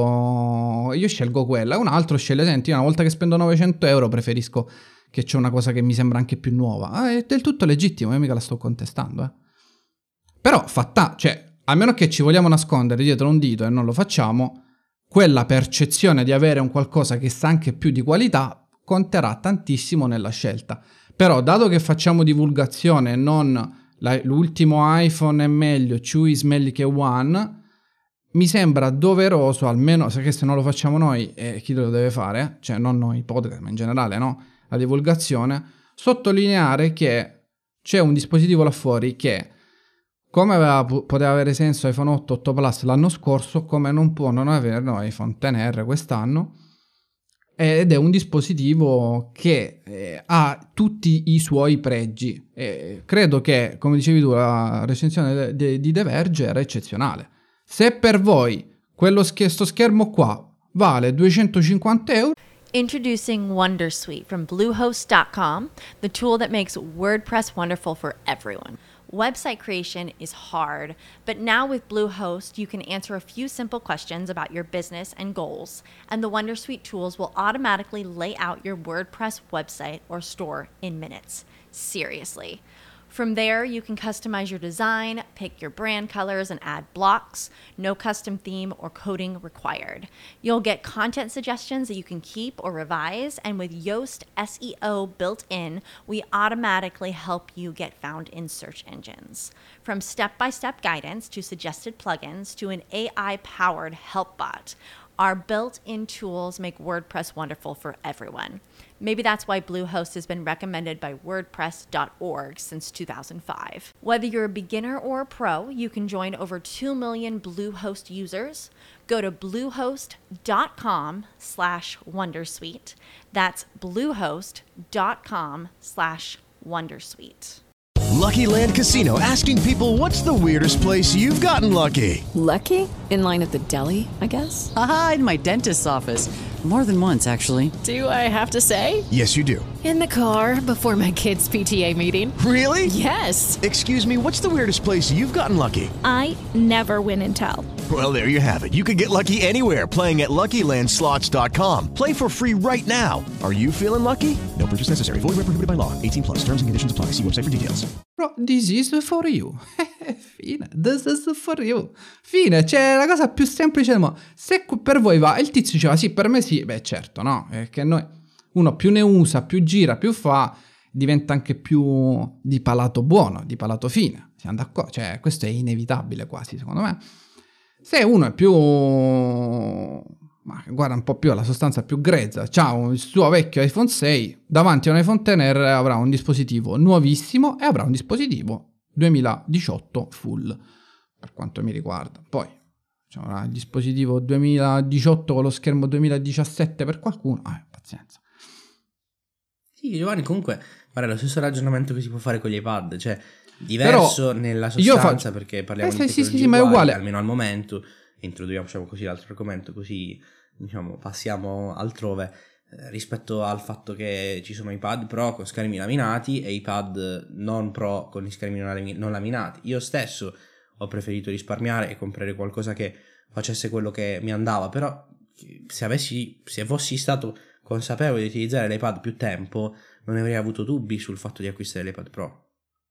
scelgo quella, un altro sceglie, senti, una volta che spendo 900 euro preferisco che c'è una cosa che mi sembra anche più nuova. È del tutto legittimo, io mica la sto contestando. Però cioè, a meno che ci vogliamo nascondere dietro un dito e non lo facciamo, quella percezione di avere un qualcosa che sa anche più di qualità conterà tantissimo nella scelta. Però dato che facciamo divulgazione e non l'ultimo iPhone è meglio, two is meglio che one, mi sembra doveroso, almeno se non lo facciamo noi, chi lo deve fare, cioè non noi podcast, ma in generale, no? La divulgazione, sottolineare che c'è un dispositivo là fuori che, come poteva avere senso iPhone 8, 8 Plus l'anno scorso, come non può non avere iPhone XR quest'anno, ed è un dispositivo che ha tutti i suoi pregi. Credo che, come dicevi tu, la recensione di The Verge era eccezionale. Se per voi sto schermo qua vale 250 euro. Introducing Wondersuite from Bluehost.com, the tool that makes WordPress wonderful for everyone. Website creation is hard, but now with Bluehost, you can answer a few simple questions about your business and goals, and the Wondersuite tools will automatically lay out your WordPress website or store in minutes. Seriously. From there, you can customize your design, pick your brand colors, and add blocks. No custom theme or coding required. You'll get content suggestions that you can keep or revise, and with Yoast SEO built in, we automatically help you get found in search engines. From step-by-step guidance to suggested plugins to an AI-powered help bot, our built-in tools make WordPress wonderful for everyone. Maybe that's why Bluehost has been recommended by WordPress.org since 2005. Whether you're a beginner or a pro, you can join over 2 million Bluehost users. Go to Lucky Land Casino, asking people, what's the weirdest place you've gotten lucky? Lucky? In line at the deli, I guess? Aha, in my dentist's office. More than once, actually. Do I have to say? Yes, you do. In the car before my kids' PTA meeting. Really? Yes. Excuse me, what's the weirdest place you've gotten lucky? I never win and tell. Well, there you have it. You can get lucky anywhere, playing at LuckyLandSlots.com. Play for free right now. Are you feeling lucky? No purchase necessary. Void where prohibited by law. 18+. Terms and conditions apply. See website for details. This is for you. Fine. This is for you. Fine. C'è la cosa più semplice del mondo. Se per voi va, e il tizio diceva sì, per me sì. Beh, certo, no? Perché noi, uno più ne usa, più gira, più fa, diventa anche più di palato buono, di palato fine. Siamo d'accordo? Cioè, questo è inevitabile quasi, secondo me. Se uno è più... ma guarda un po' più alla sostanza più grezza, c'ha il suo vecchio iPhone 6, davanti a un iPhone XR avrà un dispositivo nuovissimo e avrà un dispositivo 2018 full, per quanto mi riguarda. Poi c'è il dispositivo 2018 con lo schermo 2017 per qualcuno, pazienza. Sì, Giovanni, comunque, guarda, lo stesso ragionamento che si può fare con gli iPad, cioè diverso però, nella sostanza, perché parliamo di tecnologie ma è uguale, almeno al momento. Introduciamo così l'altro argomento, così diciamo passiamo altrove, rispetto al fatto che ci sono iPad Pro con schermi laminati e iPad non Pro con gli schermi non laminati. Io stesso ho preferito risparmiare e comprare qualcosa che facesse quello che mi andava, però se fossi stato consapevole di utilizzare l'iPad più tempo non avrei avuto dubbi sul fatto di acquistare l'iPad Pro.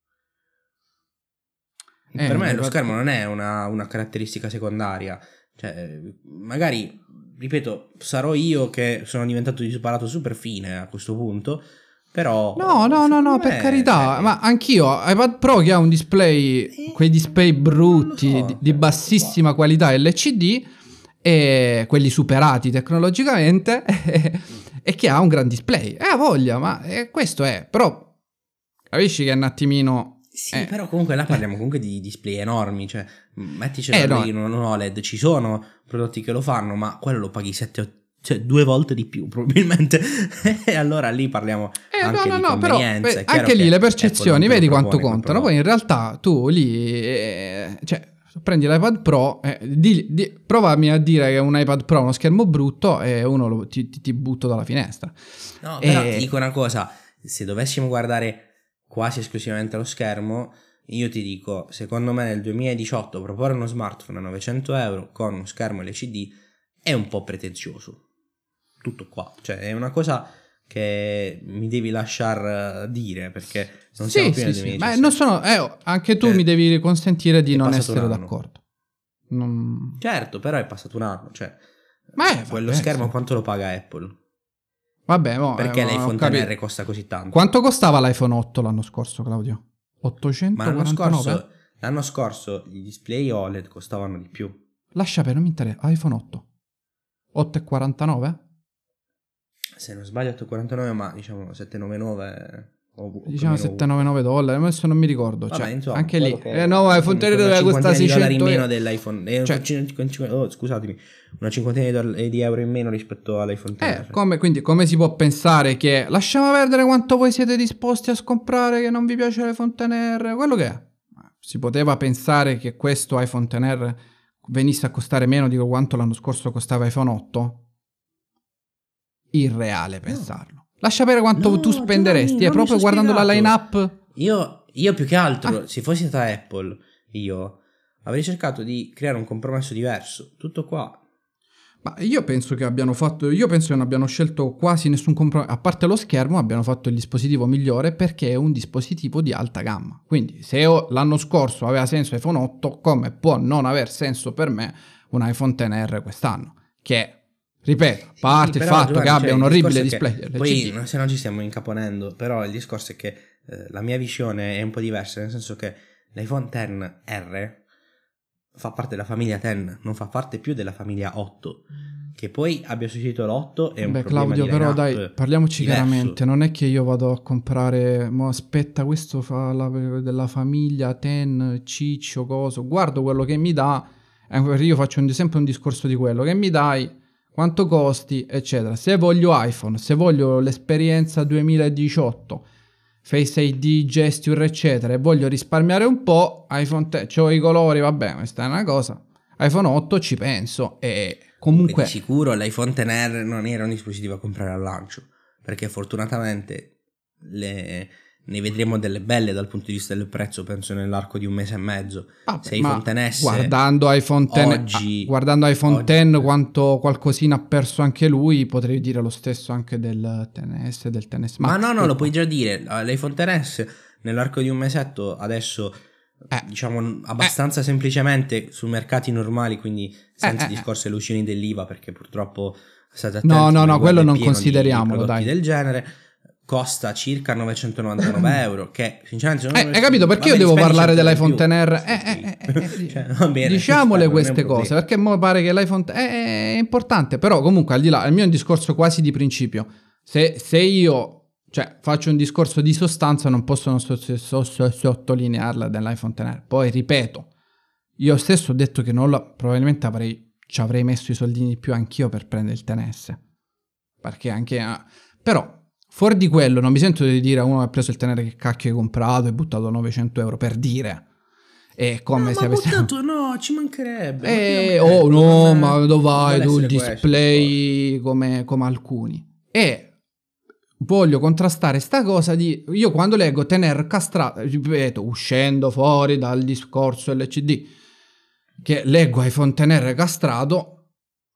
Per me lo schermo non è una caratteristica secondaria, cioè magari, ripeto, sarò io che sono diventato disparato super fine a questo punto, però no, per carità, ma anch'io iPad Pro che ha un display, quei display brutti di bassissima qualità LCD e quelli superati tecnologicamente e che ha un gran display, ha voglia, ma questo è, però capisci che è un attimino... Sì, però comunque là parliamo comunque di display enormi, cioè metticelo in un OLED, ci sono prodotti che lo fanno, ma quello lo paghi 2 volte di più probabilmente e allora lì parliamo anche di convenienza. Però, anche lì le percezioni, vedi quanto contano, poi in realtà tu lì, cioè prendi l'iPad Pro, provami a dire che un iPad Pro è uno schermo brutto e uno ti butto dalla finestra. No, però ti dico una cosa, se dovessimo guardare quasi esclusivamente allo schermo, io ti dico, secondo me nel 2018 proporre uno smartphone a 900 euro con uno schermo LCD è un po' pretenzioso. Tutto qua, cioè è una cosa che mi devi lasciar dire, perché non siamo più nel 2017. Ma non sono, anche tu mi devi consentire di non essere d'accordo. Certo, però è passato un anno, cioè quello vabbè, schermo quanto lo paga Apple? Vabbè, perché l'iPhone XR costa così tanto? Quanto costava l'iPhone 8 l'anno scorso, Claudio? 849? Ma l'anno scorso i display OLED costavano di più. Lascia per, non mi interessa, iPhone 8 8,49? Se non sbaglio 8,49, ma diciamo 799 diciamo $799, adesso non mi ricordo. Vabbè, cioè, insomma, anche lì iPhone XR doveva costare 600 in meno dell'iPhone, scusatemi, una cinquantina di euro in meno rispetto all'iPhone XR. Quindi come si può pensare che lasciamo perdere quanto voi siete disposti a scomprare, che non vi piace l'iPhone XR, quello che è? Si poteva pensare che questo iPhone XR venisse a costare meno di quanto l'anno scorso costava iPhone 8? Irreale pensarlo. Lascia vedere quanto tu spenderesti, Giovanni, proprio guardando la line-up. Io più che altro, se fossi stata Apple, io avrei cercato di creare un compromesso diverso. Tutto qua. Ma io penso che non abbiano scelto quasi nessun compromesso. A parte lo schermo, abbiano fatto il dispositivo migliore perché è un dispositivo di alta gamma. Quindi se l'anno scorso aveva senso iPhone 8, come può non aver senso per me un iPhone XR quest'anno? Che ripeto, a parte il fatto che abbia un orribile display. Poi se non ci stiamo incaponendo, però il discorso è che la mia visione è un po' diversa, nel senso che l'iPhone XR fa parte della famiglia X, non fa parte più della famiglia 8. Che poi abbia sostituito l'8 è un problema Claudio, di però dai, parliamoci diverso. Chiaramente, non è che io vado a comprare, aspetta, questo fa della famiglia X, Ciccio, coso, guardo quello che mi dà, io faccio sempre un discorso di quello che mi dai, quanto costi, eccetera. Se voglio iPhone, se voglio l'esperienza 2018 Face ID, gesture eccetera, e voglio risparmiare un po', iPhone c'ho i colori, vabbè, questa è una cosa. iPhone 8 ci penso, e comunque di sicuro l'iPhone XR non era un dispositivo a comprare al lancio, perché fortunatamente ne vedremo delle belle dal punto di vista del prezzo, penso nell'arco di un mese e mezzo. Se iPhone XS guardando iPhone X quanto qualcosina ha perso anche lui, potrei dire lo stesso anche del XS, del XS Max. Ma no, lo puoi già dire, l'iPhone XS nell'arco di un mesetto adesso diciamo abbastanza semplicemente su mercati normali, quindi senza discorsi allusioni dell'IVA, perché purtroppo state attenti, no, quello non consideriamolo, dai, del genere. Costa circa 999 euro, che sinceramente hai capito perché io devo parlare dell'iPhone XR? Cioè, va bene, diciamole queste cose, perché mo pare che l'iPhone è importante, però comunque al di là, il mio è un discorso quasi di principio. Se io faccio un discorso di sostanza, non posso non sottolinearla dell'iPhone XR. Poi ripeto, io stesso ho detto che probabilmente ci avrei messo i soldini di più anch'io per prendere il XS, perché anche però fuori di quello non mi sento di dire a uno che ha preso il XR che cacchio hai comprato e buttato 900 euro, per dire. È come se avessi buttato, no, ci mancherebbe. Ma dove vai tu il display come alcuni. E voglio contrastare sta cosa di, io quando leggo tener castrato, ripeto, uscendo fuori dal discorso LCD, che leggo iPhone XR castrato,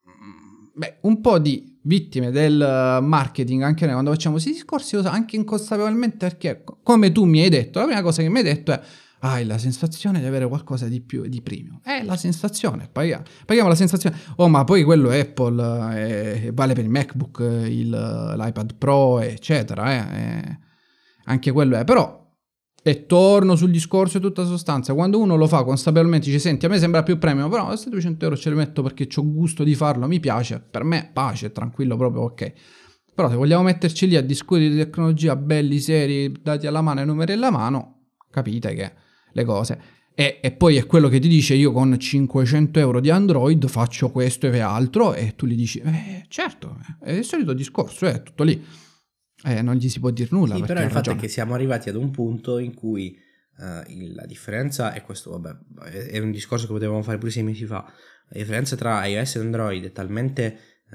un po' di vittime del marketing anche noi quando facciamo questi discorsi, anche inconsapevolmente, perché come tu mi hai detto, la prima cosa che mi hai detto è hai la sensazione di avere qualcosa di più, di premium. È la sensazione, paghiamo la sensazione. Ma poi quello Apple vale per il MacBook, l'iPad Pro eccetera, anche quello è, però, e torno sul discorso di tutta sostanza, quando uno lo fa consapevolmente dice senti, a me sembra più premium, però questi 200 euro ce li metto perché c'ho gusto di farlo, mi piace, per me pace, tranquillo, proprio ok. Però se vogliamo metterci lì a discutere di tecnologia belli, seri, dati alla mano e numeri alla mano, capite che le cose, e poi è quello che ti dice io con 500 euro di Android faccio questo e altro, e tu gli dici certo, è il solito discorso, è tutto lì. Non gli si può dire nulla. Sì, però il fatto è che siamo arrivati ad un punto in cui la differenza, e questo vabbè è un discorso che potevamo fare pure 6 mesi fa, la differenza tra iOS e Android è talmente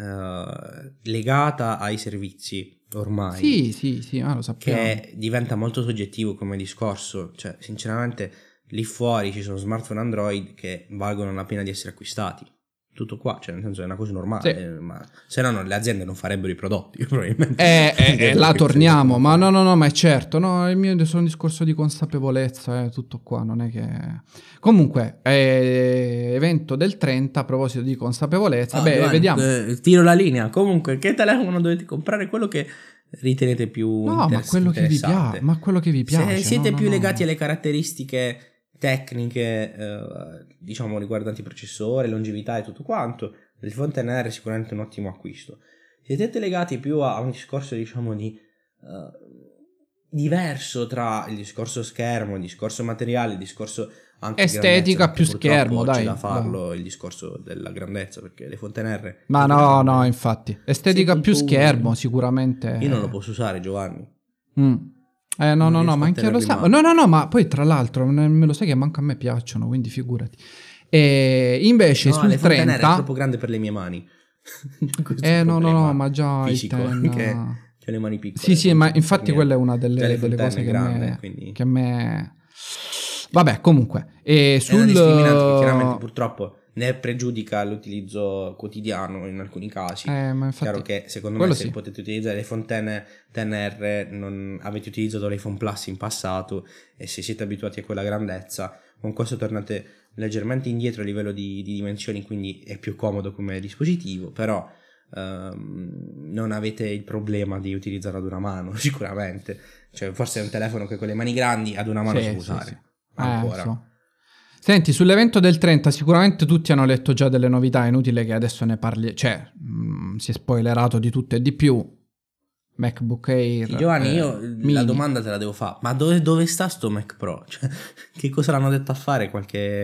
legata ai servizi ormai, sì, lo sappiamo, che diventa molto soggettivo come discorso. Cioè sinceramente lì fuori ci sono smartphone Android che valgono la pena di essere acquistati, tutto qua, cioè nel senso è una cosa normale, sì. Ma se no le aziende non farebbero i prodotti probabilmente. Là torniamo, ma no, ma è certo, no, il mio è solo un discorso di consapevolezza, tutto qua, non è che... Comunque, evento del 30, a proposito di consapevolezza, Giovanni, vediamo. Tiro la linea, comunque, che telefono dovete comprare? Quello che ritenete più ma quello che vi piace, ma quello che vi piace. Se siete più legati alle caratteristiche tecniche, diciamo riguardanti processore, longevità e tutto quanto, l'iPhone XR è sicuramente un ottimo acquisto. Se siete legati più a un discorso, diciamo, di diverso tra il discorso schermo, il discorso materiale, il discorso anche estetica, più schermo, dai, c'è da farlo, il discorso della grandezza, perché l'iPhone XR ma no, infatti estetica più schermo sicuramente. Io non lo posso usare, Giovanni. No, ma anche lo sa. No, ma poi tra l'altro me lo sai che manco a me piacciono, quindi figurati. E invece sul 30 è troppo grande per le mie mani. No, ma già fisico, che ho le mani piccole. Sì, ma infatti quella è una delle cose che a me vabbè, comunque è una discriminante che chiaramente purtroppo ne pregiudica l'utilizzo quotidiano in alcuni casi. Ma infatti, chiaro che secondo me se potete utilizzare l'iPhone XR, non avete utilizzato l'iPhone Plus in passato, e se siete abituati a quella grandezza, con questo tornate leggermente indietro a livello di dimensioni, quindi è più comodo come dispositivo, però non avete il problema di utilizzarlo ad una mano sicuramente, cioè forse è un telefono che con le mani grandi ad una mano si può usare ancora. Senti, sull'evento del 30 sicuramente tutti hanno letto già delle novità, è inutile che adesso ne parli, cioè si è spoilerato di tutto e di più. MacBook Air, Giovanni, io la domanda te la devo fare, ma dove sta sto Mac Pro? Cioè, che cosa l'hanno detto a fare qualche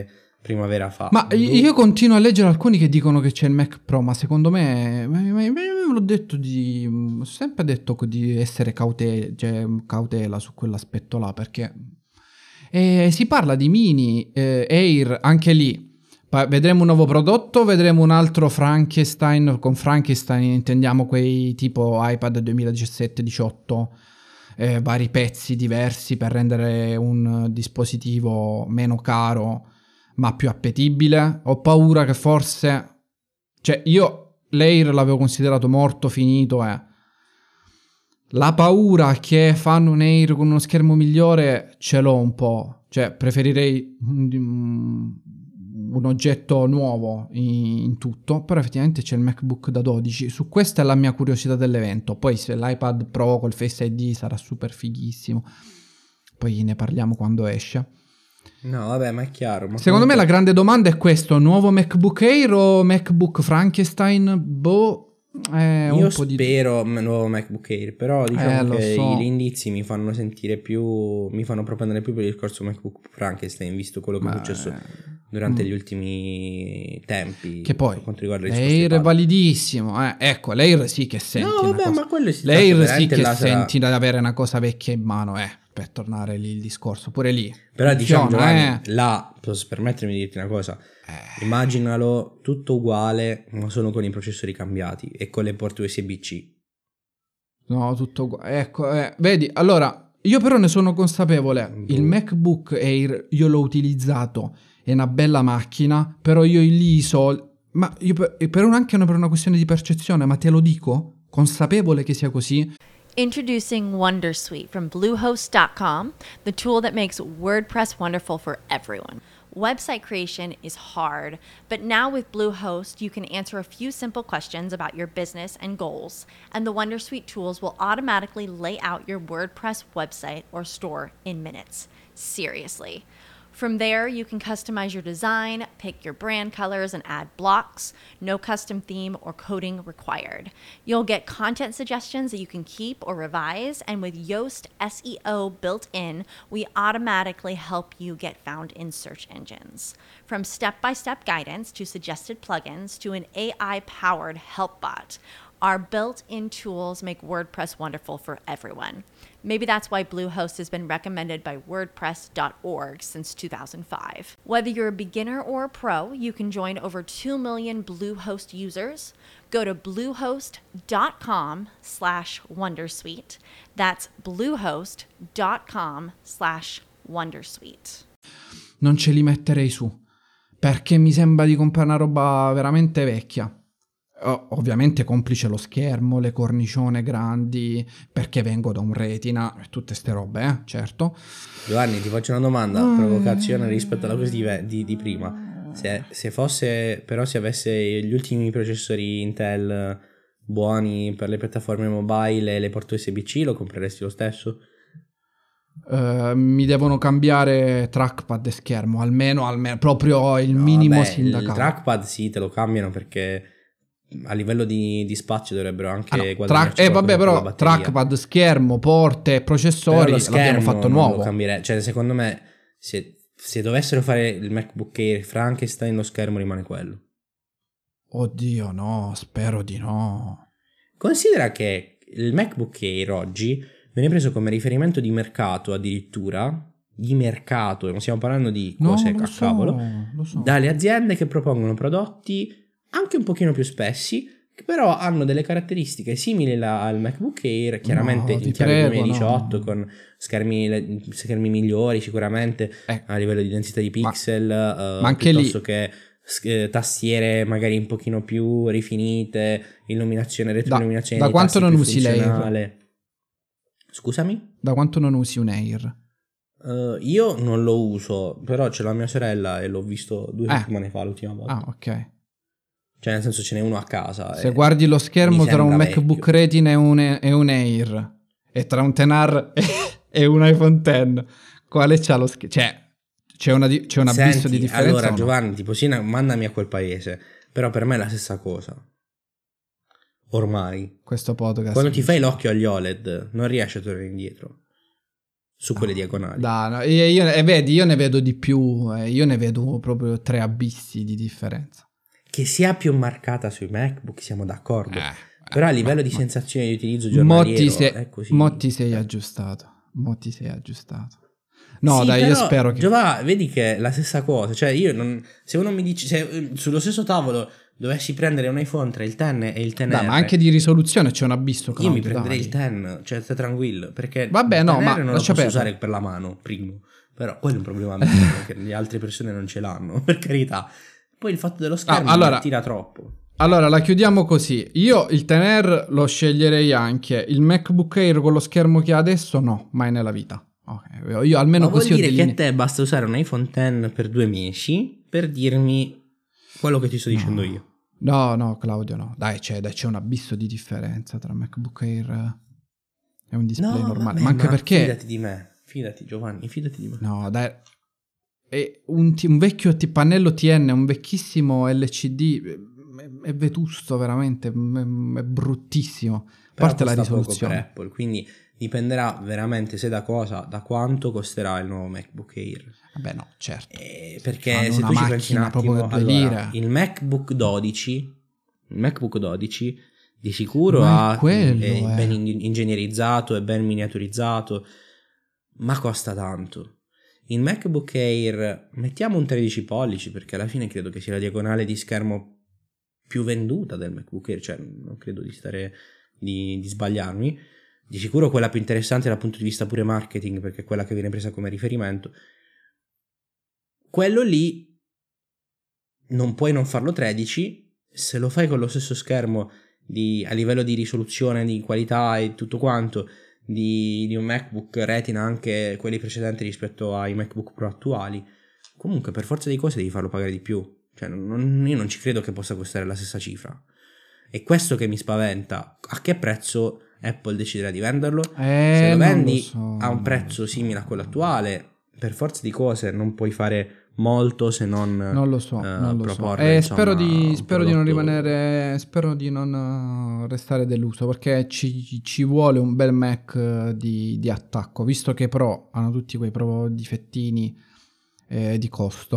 primavera fa. Ma io continuo a leggere alcuni che dicono che c'è il Mac Pro, ma secondo me l'ho detto ho sempre detto di essere cautela su quell'aspetto là, perché si parla di mini Air, anche lì vedremo un nuovo prodotto, vedremo un altro Frankenstein. Con Frankenstein intendiamo quei tipo iPad 2017-18, vari pezzi diversi per rendere un dispositivo meno caro ma più appetibile. Ho paura che forse, cioè io l'Air l'avevo considerato morto, finito, la paura che fanno un Air con uno schermo migliore ce l'ho un po', cioè preferirei un oggetto nuovo in tutto, però effettivamente c'è il MacBook da 12, su questa è la mia curiosità dell'evento. Poi se l'iPad Pro col Face ID sarà super fighissimo, poi ne parliamo quando esce. No, vabbè, ma è chiaro. Ma secondo me la grande domanda è questo: nuovo MacBook Air o MacBook Frankenstein? Io spero nuovo MacBook Air, però diciamo che gli indizi mi fanno sentire mi fanno propendere più per il discorso MacBook Frankenstein, visto quello che è successo durante gli ultimi tempi. Che poi quanto riguarda l'Air è validissimo, ecco, l'Air sì che senti. No, vabbè, ma quello l'Air sì che senti da avere una cosa vecchia in mano, per tornare lì il discorso, pure lì. Però diciamo, Giovanni, là, posso permettermi di dirti una cosa, immaginalo tutto uguale, ma solo con i processori cambiati e con le porte USB-C. No, tutto uguale, ecco, vedi, allora, io però ne sono consapevole, il MacBook Air io l'ho utilizzato, è una bella macchina, però io lì ma io anche per una questione di percezione, ma te lo dico, consapevole che sia così. Introducing Wondersuite from Bluehost.com, the tool that makes WordPress wonderful for everyone. Website creation is hard, but now with Bluehost, you can answer a few simple questions about your business and goals, and the Wondersuite tools will automatically lay out your WordPress website or store in minutes. Seriously. From there, you can customize your design, pick your brand colors, and add blocks. No custom theme or coding required. You'll get content suggestions that you can keep or revise, and with Yoast SEO built in, we automatically help you get found in search engines. From step-by-step guidance to suggested plugins to an AI-powered help bot, our built-in tools make WordPress wonderful for everyone. Maybe that's why Bluehost has been recommended by WordPress.org since 2005. Whether you're a beginner or a pro, you can join over 2 million Bluehost users. Go to bluehost.com/wondersuite. That's bluehost.com/wondersuite. Non ce li metterei su, perché mi sembra di comprare una roba veramente vecchia. Ovviamente complice lo schermo, le cornicione grandi, perché vengo da un Retina e tutte ste robe, certo. Giovanni, ti faccio una domanda, provocazione rispetto alla cosa di prima. Se avesse gli ultimi processori Intel buoni per le piattaforme mobile e le porte USB-C, lo compreresti lo stesso? Mi devono cambiare trackpad e schermo, almeno proprio il minimo sindacale. Il trackpad sì, te lo cambiano perché a livello di spazio dovrebbero anche guadagnarci vabbè, però trackpad, schermo, porte, processori l'abbiamo fatto nuovo. Lo cambierei. Cioè, secondo me se dovessero fare il MacBook Air Frankenstein, lo schermo rimane quello. Oddio, no, spero di no. Considera che il MacBook Air oggi viene preso come riferimento di mercato, addirittura di mercato, non stiamo parlando di cose cavolo, dalle aziende che propongono prodotti anche un pochino più spessi, che però hanno delle caratteristiche simili al MacBook Air, chiaramente in chiave 2018 con schermi migliori sicuramente a livello di densità di pixel, ma anche piuttosto che tastiere magari un pochino più rifinite, illuminazione, retroilluminazione. Da quanto non usi l'Air? Scusami? Da quanto non usi un Air? Io non lo uso, però c'è la mia sorella e l'ho visto 2 settimane fa l'ultima volta. Ah, ok. Cioè, nel senso, ce n'è uno a casa. Se guardi lo schermo tra un MacBook Retina e un Air, e tra un XR e un iPhone X, quale c'ha lo schermo? Cioè, c'è un abisso di differenza. Allora, Giovanni, tipo, sì, mandami a quel paese, però per me è la stessa cosa. Ormai. Questo podcast. Quando ti fai l'occhio agli OLED, non riesci a tornare indietro. su quelle diagonali. Io ne vedo di più, io ne vedo proprio 3 abissi di differenza. Che sia più marcata sui MacBook, siamo d'accordo. Però a livello di sensazione di utilizzo giornaliero è così. Mo ti sei aggiustato. No, sì, dai, però, io spero che... Giova, vedi che è la stessa cosa. Cioè, se uno mi dice... Se sullo stesso tavolo dovessi prendere un iPhone tra il X e il XR... ma anche di risoluzione c'è un abisso, Claudio. Io mi prenderei il X, cioè stai tranquillo. Perché vabbè, il no, XR ma non lo posso usare per la mano, primo. Però quello è un problema mio, perché le altre persone non ce l'hanno, per carità. Poi il fatto dello schermo mi attira troppo. Allora, la chiudiamo così. Io il XR lo sceglierei anche. Il MacBook Air con lo schermo che ha adesso no, mai nella vita. Okay. Io almeno ma così vuol dire che a te basta usare un iPhone X per 2 mesi per dirmi quello che ti sto dicendo io. No, Claudio, no. Dai, c'è un abisso di differenza tra MacBook Air e un display normale. Ma anche perché... Fidati di me. Fidati, Giovanni, fidati di me. No, dai. E un vecchio pannello TN, un vecchissimo LCD, è vetusto veramente, è bruttissimo. A parte la risoluzione. Per Apple, quindi dipenderà veramente se da quanto costerà il nuovo MacBook Air. Vabbè, no, certo. Perché se tu ci pensi un attimo, allora, il MacBook 12 di sicuro è ben ingegnerizzato, è ben miniaturizzato, ma costa tanto. Il MacBook Air, mettiamo un 13 pollici, perché alla fine credo che sia la diagonale di schermo più venduta del MacBook Air, cioè non credo di sbagliarmi. Di sicuro quella più interessante dal punto di vista pure marketing, perché è quella che viene presa come riferimento. Quello lì non puoi non farlo 13, se lo fai con lo stesso schermo a livello di risoluzione, di qualità e tutto quanto di un MacBook Retina, anche quelli precedenti rispetto ai MacBook Pro attuali, comunque per forza di cose devi farlo pagare di più. Cioè io non ci credo che possa costare la stessa cifra. È questo che mi spaventa. A che prezzo Apple deciderà di venderlo? Se lo vendi a un prezzo simile a quello attuale, per forza di cose non puoi fare molto se non lo so. proporre, spero di non rimanere, spero di non restare deluso, perché ci vuole un bel Mac di attacco, visto che i Pro hanno tutti quei proprio difettini di costo.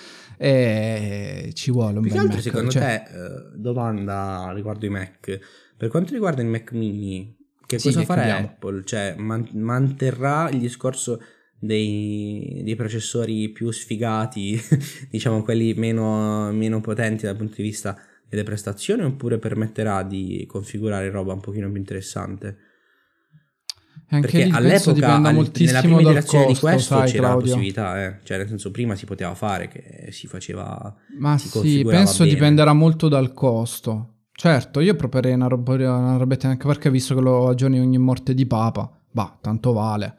E ci vuole un bel Mac. Secondo te, domanda riguardo i Mac, per quanto riguarda il Mac mini, che cosa farà Apple? Cioè manterrà il discorso dei processori più sfigati, diciamo quelli meno potenti dal punto di vista delle prestazioni, oppure permetterà di configurare roba un pochino più interessante? Anche perché all'epoca nella prima iterazione di questo c'era Claudio. la possibilità, cioè nel senso prima si poteva fare, che si faceva, ma si sì, penso bene. Dipenderà molto dal costo. Certo, io proporrei una robetta, anche perché visto che lo aggiorni ogni morte di papa, tanto vale.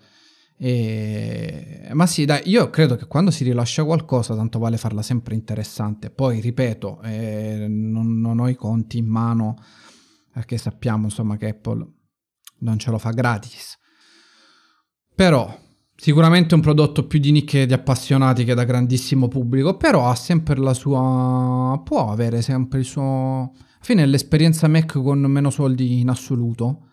Ma sì, dai, io credo che quando si rilascia qualcosa tanto vale farla sempre interessante. Poi ripeto, non ho i conti in mano, perché sappiamo insomma che Apple non ce lo fa gratis. Però sicuramente un prodotto più di nicchia e di appassionati che da grandissimo pubblico, però ha sempre la sua, può avere sempre il suo, alla fine l'esperienza Mac con meno soldi in assoluto,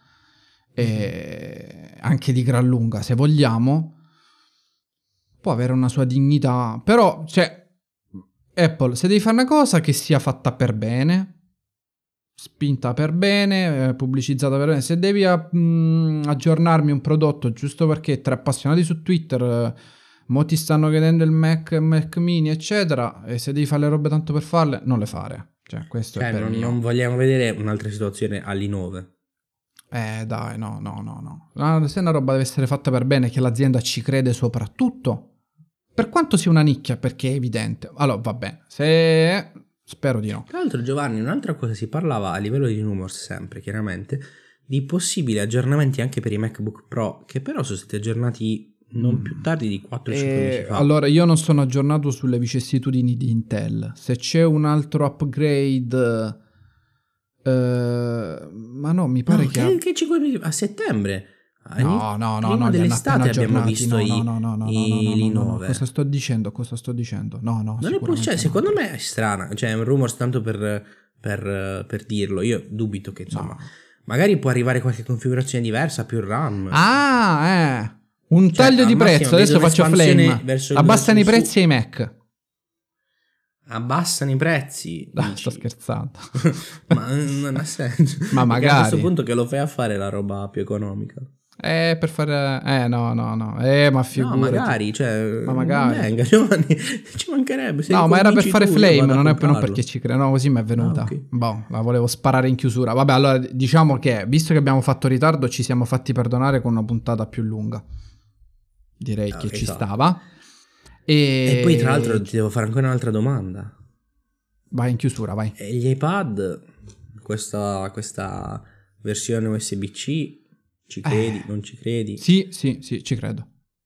e anche di gran lunga se vogliamo, può avere una sua dignità. Però Apple, se devi fare una cosa che sia fatta per bene, spinta per bene, pubblicizzata per bene, se devi aggiornarmi un prodotto giusto perché tra appassionati su Twitter mo ti stanno chiedendo il Mac Mini eccetera, e se devi fare le robe tanto per farle, non le fare. Cioè questo è per non vogliamo vedere un'altra situazione all'i9. Dai, no. Se una roba deve essere fatta per bene, che l'azienda ci crede soprattutto, per quanto sia una nicchia, perché è evidente. Allora, va bene, spero di no. Tra l'altro, Giovanni, un'altra cosa, si parlava a livello di rumors sempre, chiaramente, di possibili aggiornamenti anche per i MacBook Pro, che però sono stati aggiornati non più tardi di 4-5 mesi fa. Allora, io non sono aggiornato sulle vicissitudini di Intel. Se c'è un altro upgrade... ma no, mi pare che 5 mesi a settembre. No, prima dell'estate abbiamo visto l'i9. Cosa sto dicendo? No, non è possibile. Secondo me è strana. Cioè, è un rumor tanto per dirlo. Io dubito che insomma magari può arrivare qualche configurazione diversa, più RAM. Un taglio di prezzo, adesso faccio flame. Abbassano i prezzi ai Mac. Abbassano i prezzi? No, sto scherzando. Ma non ha senso. Ma magari. Perché a questo punto che lo fai a fare la roba più economica? Per fare... no. Ma figurati. No, magari, cioè... Ma magari. Venga, Giovanni, ci mancherebbe. No, ma era per fare flame, non perché ci credo. No, così mi è venuta. Okay. Boh, la volevo sparare in chiusura. Vabbè, allora, diciamo che, visto che abbiamo fatto ritardo, ci siamo fatti perdonare con una puntata più lunga. Direi che ci stava. E poi, tra l'altro, ti devo fare ancora un'altra domanda. Vai in chiusura, vai. E gli iPad, questa versione USB-C... Ci credi? Non ci credi? Sì, ci credo.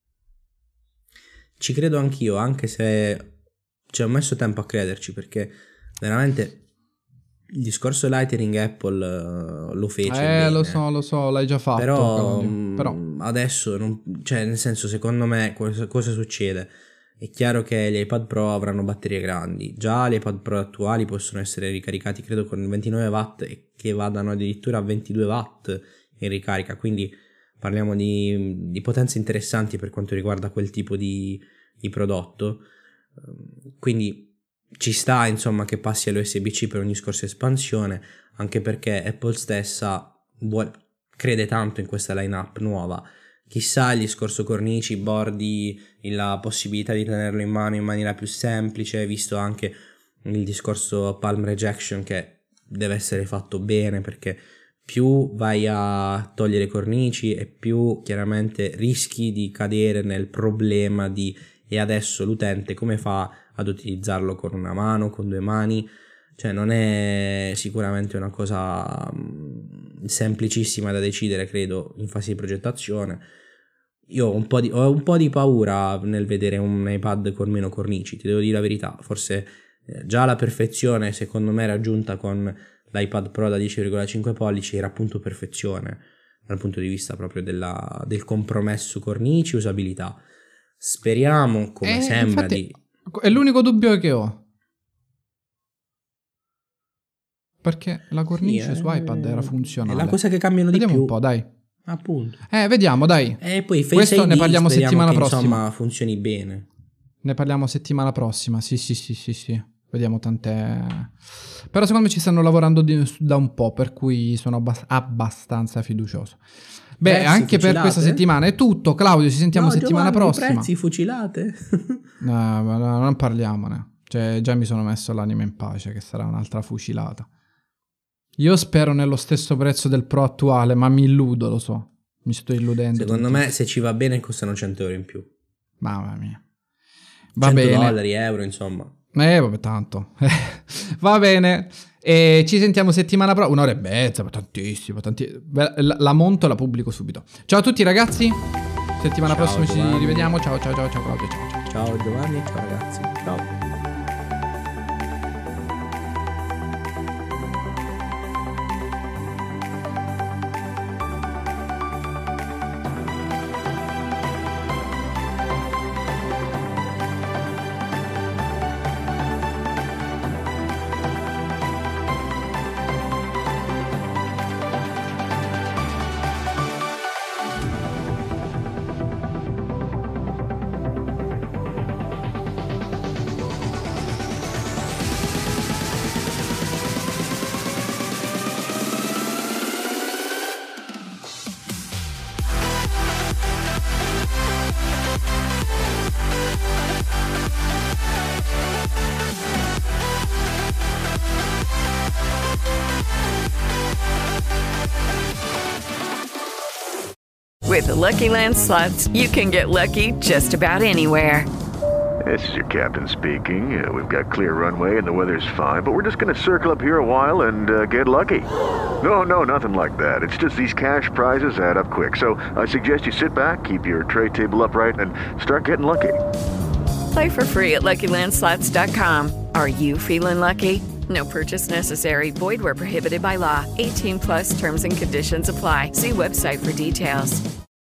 Ci credo anch'io, anche se ci ho messo tempo a crederci, perché veramente il discorso Lightning Apple lo fece bene. Lo so, l'hai già fatto. Però adesso, cioè nel senso, secondo me, cosa succede? È chiaro che gli iPad Pro avranno batterie grandi. Già gli iPad Pro attuali possono essere ricaricati, credo, con 29 watt e che vadano addirittura a 22 watt in ricarica, quindi parliamo di potenze interessanti per quanto riguarda quel tipo di prodotto. Quindi ci sta, insomma, che passi all'USB-C per un discorso espansione, anche perché Apple stessa crede tanto in questa lineup nuova. Chissà il discorso cornici, bordi, la possibilità di tenerlo in mano in maniera più semplice, visto anche il discorso palm rejection, che deve essere fatto bene, perché più vai a togliere cornici e più chiaramente rischi di cadere nel problema di e adesso l'utente come fa ad utilizzarlo con una mano, con due mani. Cioè non è sicuramente una cosa semplicissima da decidere, credo, in fase di progettazione. Io ho un po' di paura nel vedere un iPad con meno cornici, ti devo dire la verità. Forse già la perfezione, secondo me, raggiunta con l'iPad Pro da 10,5 pollici era appunto perfezione dal punto di vista proprio del compromesso cornici, usabilità. Speriamo, come sembra, infatti, è l'unico dubbio che ho, perché la cornice su iPad era funzionale. È la cosa che cambiano di più. Vediamo un po', dai. Appunto. Vediamo, dai. E poi questo ne parliamo settimana prossima. Insomma, funzioni bene. Ne parliamo settimana prossima. Sì. Vediamo tante. Però secondo me ci stanno lavorando da un po', per cui sono abbastanza fiducioso. Anche fucilate? Per questa settimana è tutto. Claudio, ci sentiamo settimana prossima. Prezzi fucilate. No, non parliamone. Cioè, già mi sono messo l'anima in pace che sarà un'altra fucilata. Io spero nello stesso prezzo del Pro attuale, ma mi illudo, lo so. Mi sto illudendo. Secondo me, se ci va bene, costano 100 euro in più. Mamma mia. Va bene. $100, euro, insomma. Vabbè, tanto. Va bene. E ci sentiamo settimana prossima. Un'ora e mezza, tantissimo. La monto e la pubblico subito. Ciao a tutti, ragazzi. Settimana prossima Giovanni. Ci rivediamo. Ciao Claudio. Ciao Giovanni. Ciao ragazzi. Ciao. With the Lucky Land Slots, you can get lucky just about anywhere. This is your captain speaking. We've got clear runway and the weather's fine, but we're just going to circle up here a while and get lucky. No, nothing like that. It's just these cash prizes add up quick. So I suggest you sit back, keep your tray table upright, and start getting lucky. Play for free at LuckyLandSlots.com. Are you feeling lucky? No purchase necessary. Void where prohibited by law. 18+ terms and conditions apply. See website for details.